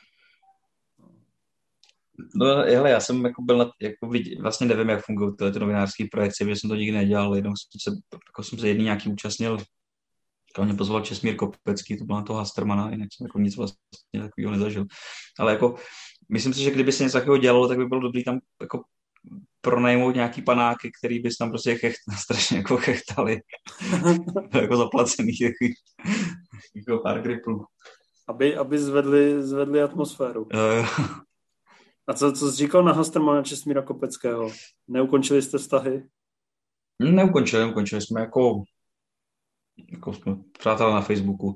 No, hele, já jsem jako byl na, jako vidě, vlastně nevím, jak fungují tyhle ty novinářské projekce, protože jsem to nikdy nedělal, jenom jsem se, jako jsem se jedný nějaký účastnil, kam mě pozval Česmír Kopecký, to byl na toho Hastermana, jinak jsem jako nic vlastně takového nezažil. Ale jako, myslím si, že kdyby se něco takového dělalo, tak by bylo dobrý tam jako pronajmout nějaký panáky, který bys tam prostě checht, strašně jako chechtali. Jako zaplacený, jako, jako pár gripů. Aby, aby zvedli, zvedli atmosféru. Uh, A co, co jsi říkal na Hastermana Česmíra Kopeckého? Neukončili jste vztahy? Neukončili, neukončili jsme jako, jako jsme přátelé na Facebooku.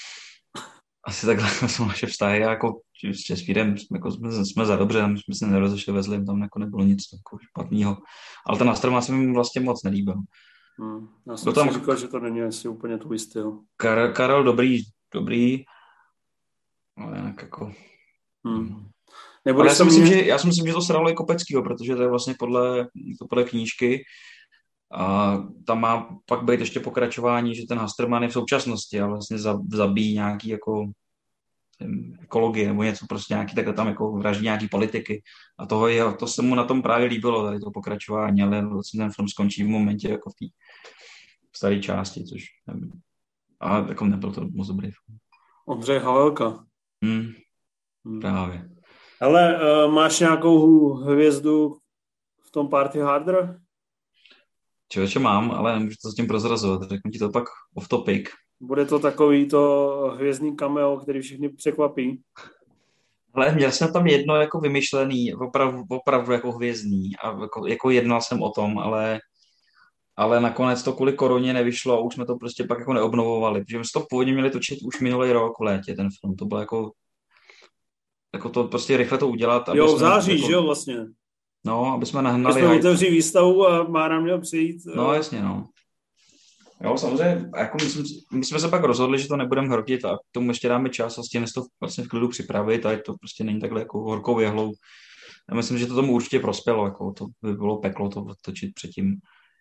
Asi takhle jsou naše vztahy. Jako s Česmírem jsme, jako, jsme, jsme za dobře, my jsme se nerozešli ve zlým, tam jako nebylo nic jako špatného. Ale ten Hasterman se mi vlastně moc nelíbil. Hmm, já jsem tam si říkal, že to není asi úplně tvůj styl. Karel, Karel dobrý, dobrý. Ale jinak jako... Hmm. Nebo já, si myslím, mě... že, já si myslím, že to sralo i Kopeckýho, protože to je vlastně podle, to podle knížky. A tam má pak být ještě pokračování, že ten Hasterman je v současnosti a vlastně zabíjí nějaký jako ekologie nebo něco prostě nějaký, takhle tam jako vraždí nějaký politiky. A toho je, to se mu na tom právě líbilo, tady to pokračování, ale vlastně ten film skončí v momentě jako v té staré části, což nevím. A jako nebyl to moc dobrý film. Ondřej Havelka. Hmm. Hmm. Právě. Hele, uh, máš nějakou hvězdu v tom Party Harder? Člověče mám, ale nemůžu to s tím prozrazovat. Řeknu ti to pak off topic. Bude to takový to hvězdný cameo, který všichni překvapí? Ale měl jsem tam jedno jako vymyšlený, opravdu, opravdu jako hvězdný a jako, jako jednal jsem o tom, ale, ale nakonec to kvůli koroně nevyšlo a už jsme to prostě pak jako neobnovovali, protože my jsme to původně měli točit už minulý rok v létě, ten film. To bylo jako jako to prostě rychle to udělat. Aby jo, v září, jako, že jo, vlastně. No, aby jsme nahnali... My jsme otevřeli výstavu a má nám měl přijít. No, jasně, no. Jo, samozřejmě, jako my, jsme, my jsme se pak rozhodli, že to nebudeme hrotit a k tomu ještě dáme čas a stihne to vlastně v klidu připravit a to prostě není takhle jako horkou jehlou. Já myslím, že to tomu určitě prospělo, jako to by bylo peklo to točit předtím.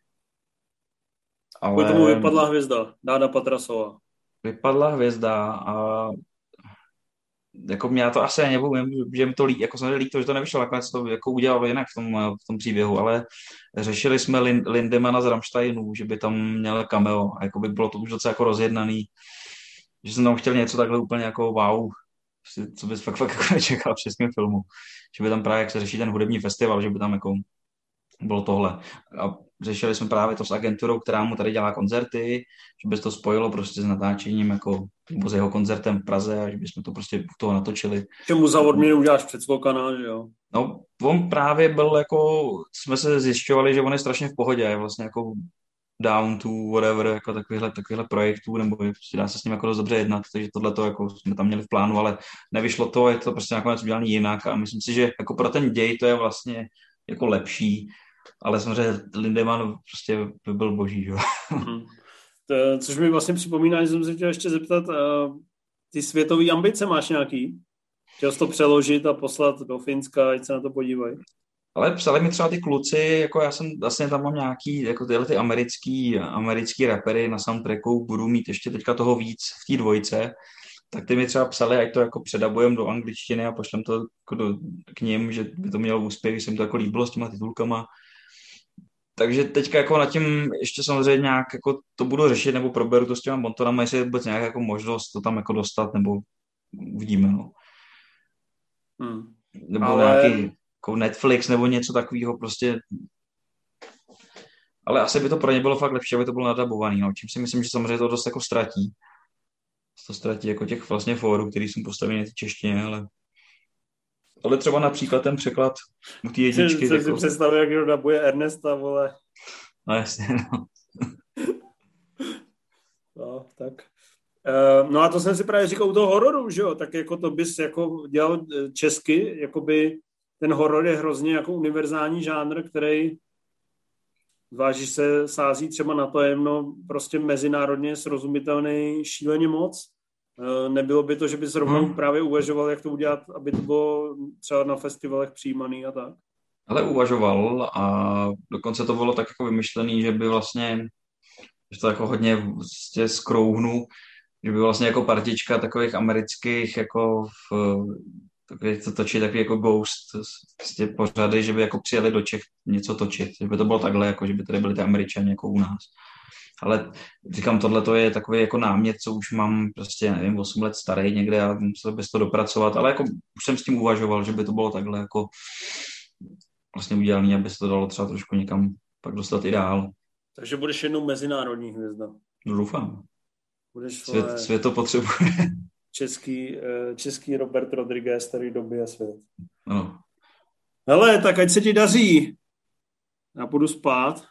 Ale... tomu vypadla hvězda, Dáda Patrasová. Vypadla hvězda a jako mě to asi nevím, že mi to líp, jako jsem líto, že to nevyšlo, nakonec to jako udělalo jinak v tom, v tom příběhu, ale řešili jsme Lind, Lindemana z Rammsteinů, že by tam měl cameo a jako by bylo to už docela jako rozjednaný, že jsem tam chtěl něco takhle úplně jako wow, co bys fakt, fakt jako nečekal v českém filmu, že by tam právě, jak se řeší ten hudební festival, že by tam jako bylo tohle. A řešili jsme právě to s agenturou, která mu tady dělá koncerty, že by se to spojilo prostě s natáčením jako, nebo s jeho koncertem v Praze a že bychom to prostě u toho natočili. Čemu za odměnu uděláš předskokaná, že jo? No, on právě byl jako, jsme se zjišťovali, že on je strašně v pohodě, je vlastně jako down to whatever, jako takovýhle, takovýhle projektů, nebo prostě dá se s ním jako dost dobře jednat, takže tohle to jako jsme tam měli v plánu, ale nevyšlo to, je to prostě nakonec udělané jinak a myslím si, že jako pro ten děj to je vlastně jako lepší, ale samozřejmě Lindemann prostě by byl boží, jo. Hmm. To, což mi vlastně připomíná, že jsem se chtěl ještě zeptat, uh, ty světové ambice máš nějaký? Chtěl jsi to přeložit a poslat do Finska, ať se na to podívají? Ale psali mi třeba ty kluci, jako já jsem vlastně tam mám nějaký, jako tyhle ty americký, americký rapery na soundtracku, budu mít ještě teďka toho víc v té dvojce, tak ty mi třeba psali, ať to jako předabujem do angličtiny a pošlem to jako do, k ním, že by to mělo úspěch, že se jim to jako líbilo s těma titulkama. takže teďka jako na tím ještě samozřejmě nějak jako to budu řešit, nebo proberu to s těma montonama, jestli je vůbec nějak jako možnost to tam jako dostat, nebo uvidíme, no. Hmm. Nebo Ale nějaký jako Netflix, nebo něco takového prostě. Ale asi by to pro ně bylo fakt lepší, aby to bylo nadabovaný, no. Čím si myslím, že samozřejmě to dost jako ztratí. To ztratí jako těch vlastně fórů, který jsou postaveny na ty češtině, ale ale třeba například ten překlad u té jedničky, jsem si jako, představil, jak kdo dabuje Ernesta, vole. no jasně, no. No, tak. Uh, no a to jsem si právě říkal u toho hororu, že jo, tak jako to bys jako dělal česky, jakoby ten horor je hrozně jako univerzální žánr, který váží se, sází třeba na to jemno prostě mezinárodně srozumitelný šíleně moc. Uh, nebylo by to, že bys rovnou Hmm. právě uvažoval, jak to udělat, aby to bylo třeba na festivalech přijímaný a tak. Ale uvažoval a dokonce to bylo tak jako vymyšlený, že by vlastně, že to jako hodně vlastně skrouhnu, že by vlastně jako partička takových amerických jako v, takových to točí takový jako ghost prostě pořady, že by jako přijeli do Čech něco točit, že by to bylo takhle, jako že by tady byli ty Američani jako u nás. Ale říkám, tohle to je takový jako námět, co už mám prostě, nevím, osm let starý někde a musel bys to dopracovat, ale jako už jsem s tím uvažoval, že by to bylo takhle jako vlastně udělaný, aby se to dalo třeba trošku někam pak dostat i dál. Takže budeš jednou mezinárodní hvězda. No, doufám. Budeš Svět, svět to potřebuje. Český, český Robert Rodriguez, starý doby a svět. Ano. Hele, tak ať se ti daří. Já půjdu spát.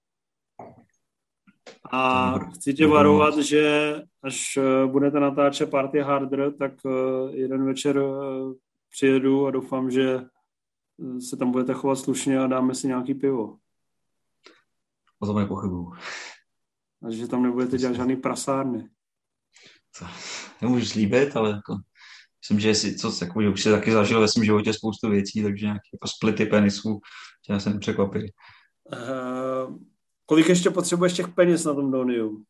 A chci tě varovat, že až budete natáčet Party Harder, tak jeden večer přijedu a doufám, že se tam budete chovat slušně a dáme si nějaký pivo. O tom nepochybuju. A že tam nebudete dělat žádný prasárny. To nemůžu slíbit, ale jako, myslím, že si, co, jako, že už si taky zažil ve svém životě spoustu věcí, takže nějaké jako splity penisů tě se nepřekvapí. Uh, kolik ještě potřebuješ těch peněz na tom Doniu?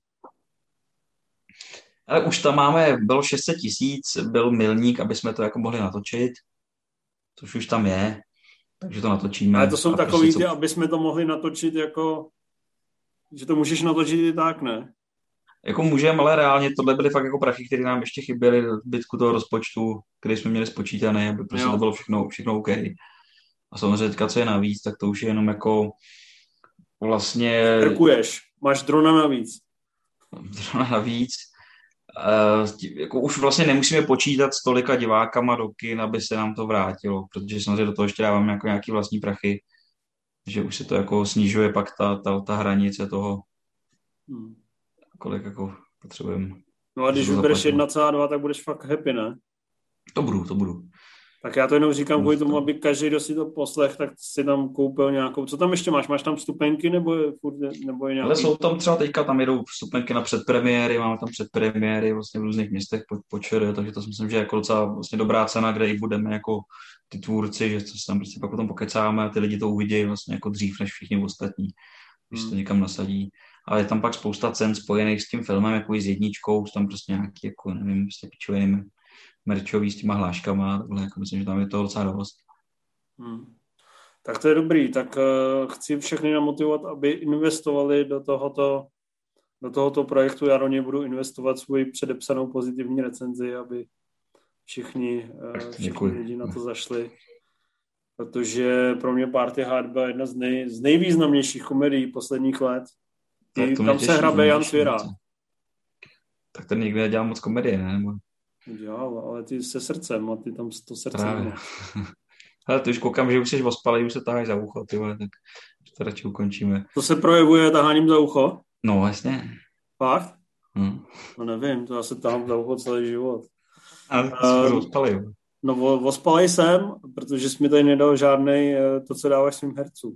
Ale už tam máme, bylo šest set tisíc, byl milník, aby jsme to jako mohli natočit, což už tam je, takže to natočíme. Ale to jsou takový prostě, ty, co... aby jsme to mohli natočit jako, že to můžeš natočit i tak, ne? Jako můžeme, ale reálně tohle byly fakt jako prachy, které nám ještě chyběly v zbytku toho rozpočtu, který jsme měli spočítaný, aby prostě jo. To bylo všechno, všechno OK. A samozřejmě teďka, co je navíc, tak to už je jenom jako vlastně... Trkuješ, máš drona navíc. Drona navíc. Uh, jako už vlastně nemusíme počítat s tolika divákama do kin, aby se nám to vrátilo, protože samozřejmě do toho ještě dáváme jako nějaký vlastní prachy, že už se to jako snižuje pak ta, ta, ta hranice toho, hmm. kolik jako potřebujeme. No a když vybereš jedna celá dva, tak budeš fakt happy, ne? To budu, to budu. Tak já to jenom říkám kvůli tomu, aby každý, kdo si to poslech, tak si tam koupil nějakou. Co tam ještě máš? Máš tam vstupenky nebo je, nebo je nějaký? Ale jsou tam třeba teďka, tam jedou vstupenky na předpremiéry, máme tam předpremiéry vlastně v různých městech po, po ČR, takže to si myslím, že je jako docela vlastně dobrá cena, kde i budeme jako ty tvůrci, že se tam prostě pak potom pokecáme a ty lidi to uvidí vlastně jako dřív než všichni ostatní, když hmm. to někam nasadí. Ale je tam pak spousta cen spojených s tím filmem, jako i s jedničkou, jsou tam prostě nějaký, jako nevím, prostě pičoviny merčový s těma hláškama, takhle, jako myslím, že tam je to docela dost. Hmm. Tak to je dobrý, tak uh, chci všechny namotivovat, aby investovali do tohoto, do tohoto projektu. Já do něj budu investovat svoji předepsanou pozitivní recenzi, aby všichni, uh, všichni lidi na to zašli. Protože pro mě Party Hard byla jedna z, nej, z nejvýznamnějších komedií posledních let. Ty, tam těší, se hrabe Jan Svěra. Tak ten nikdy nedělal moc komedie, ne? Nebo... Dělal, ale ty se srdcem a ty tam to srdce nemáš. Ale ty už koukám, že už jsi ospalý, už se taháš za ucho, ty vole, tak to radši ukončíme. To se projevuje taháním za ucho? No, jasně. Fakt? Hmm. No nevím, to já se tahám za ucho celý život. Ale ty jsi uh, ospalý, jo. No, ospalej jsem, protože jsi mi tady nedal žádnej to, co dáváš svým hercům.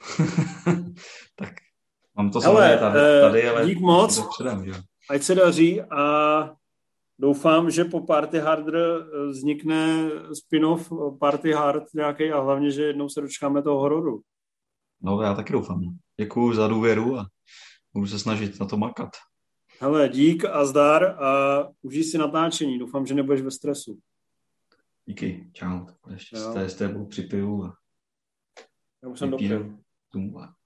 Tak mám to samozřejmě tady, tady, ale... Dík moc, předám, že? Ať se daří a doufám, že po Party Harder vznikne spin-off Party Hard nějaký a hlavně, že jednou se dočkáme toho hororu. No, já taky doufám. Děkuju za důvěru a budu se snažit na to makat. Hele, dík a zdar a užij si natáčení. Doufám, že nebudeš ve stresu. Díky, čau. Ještě z té, z té připiju a já už jsem dopil.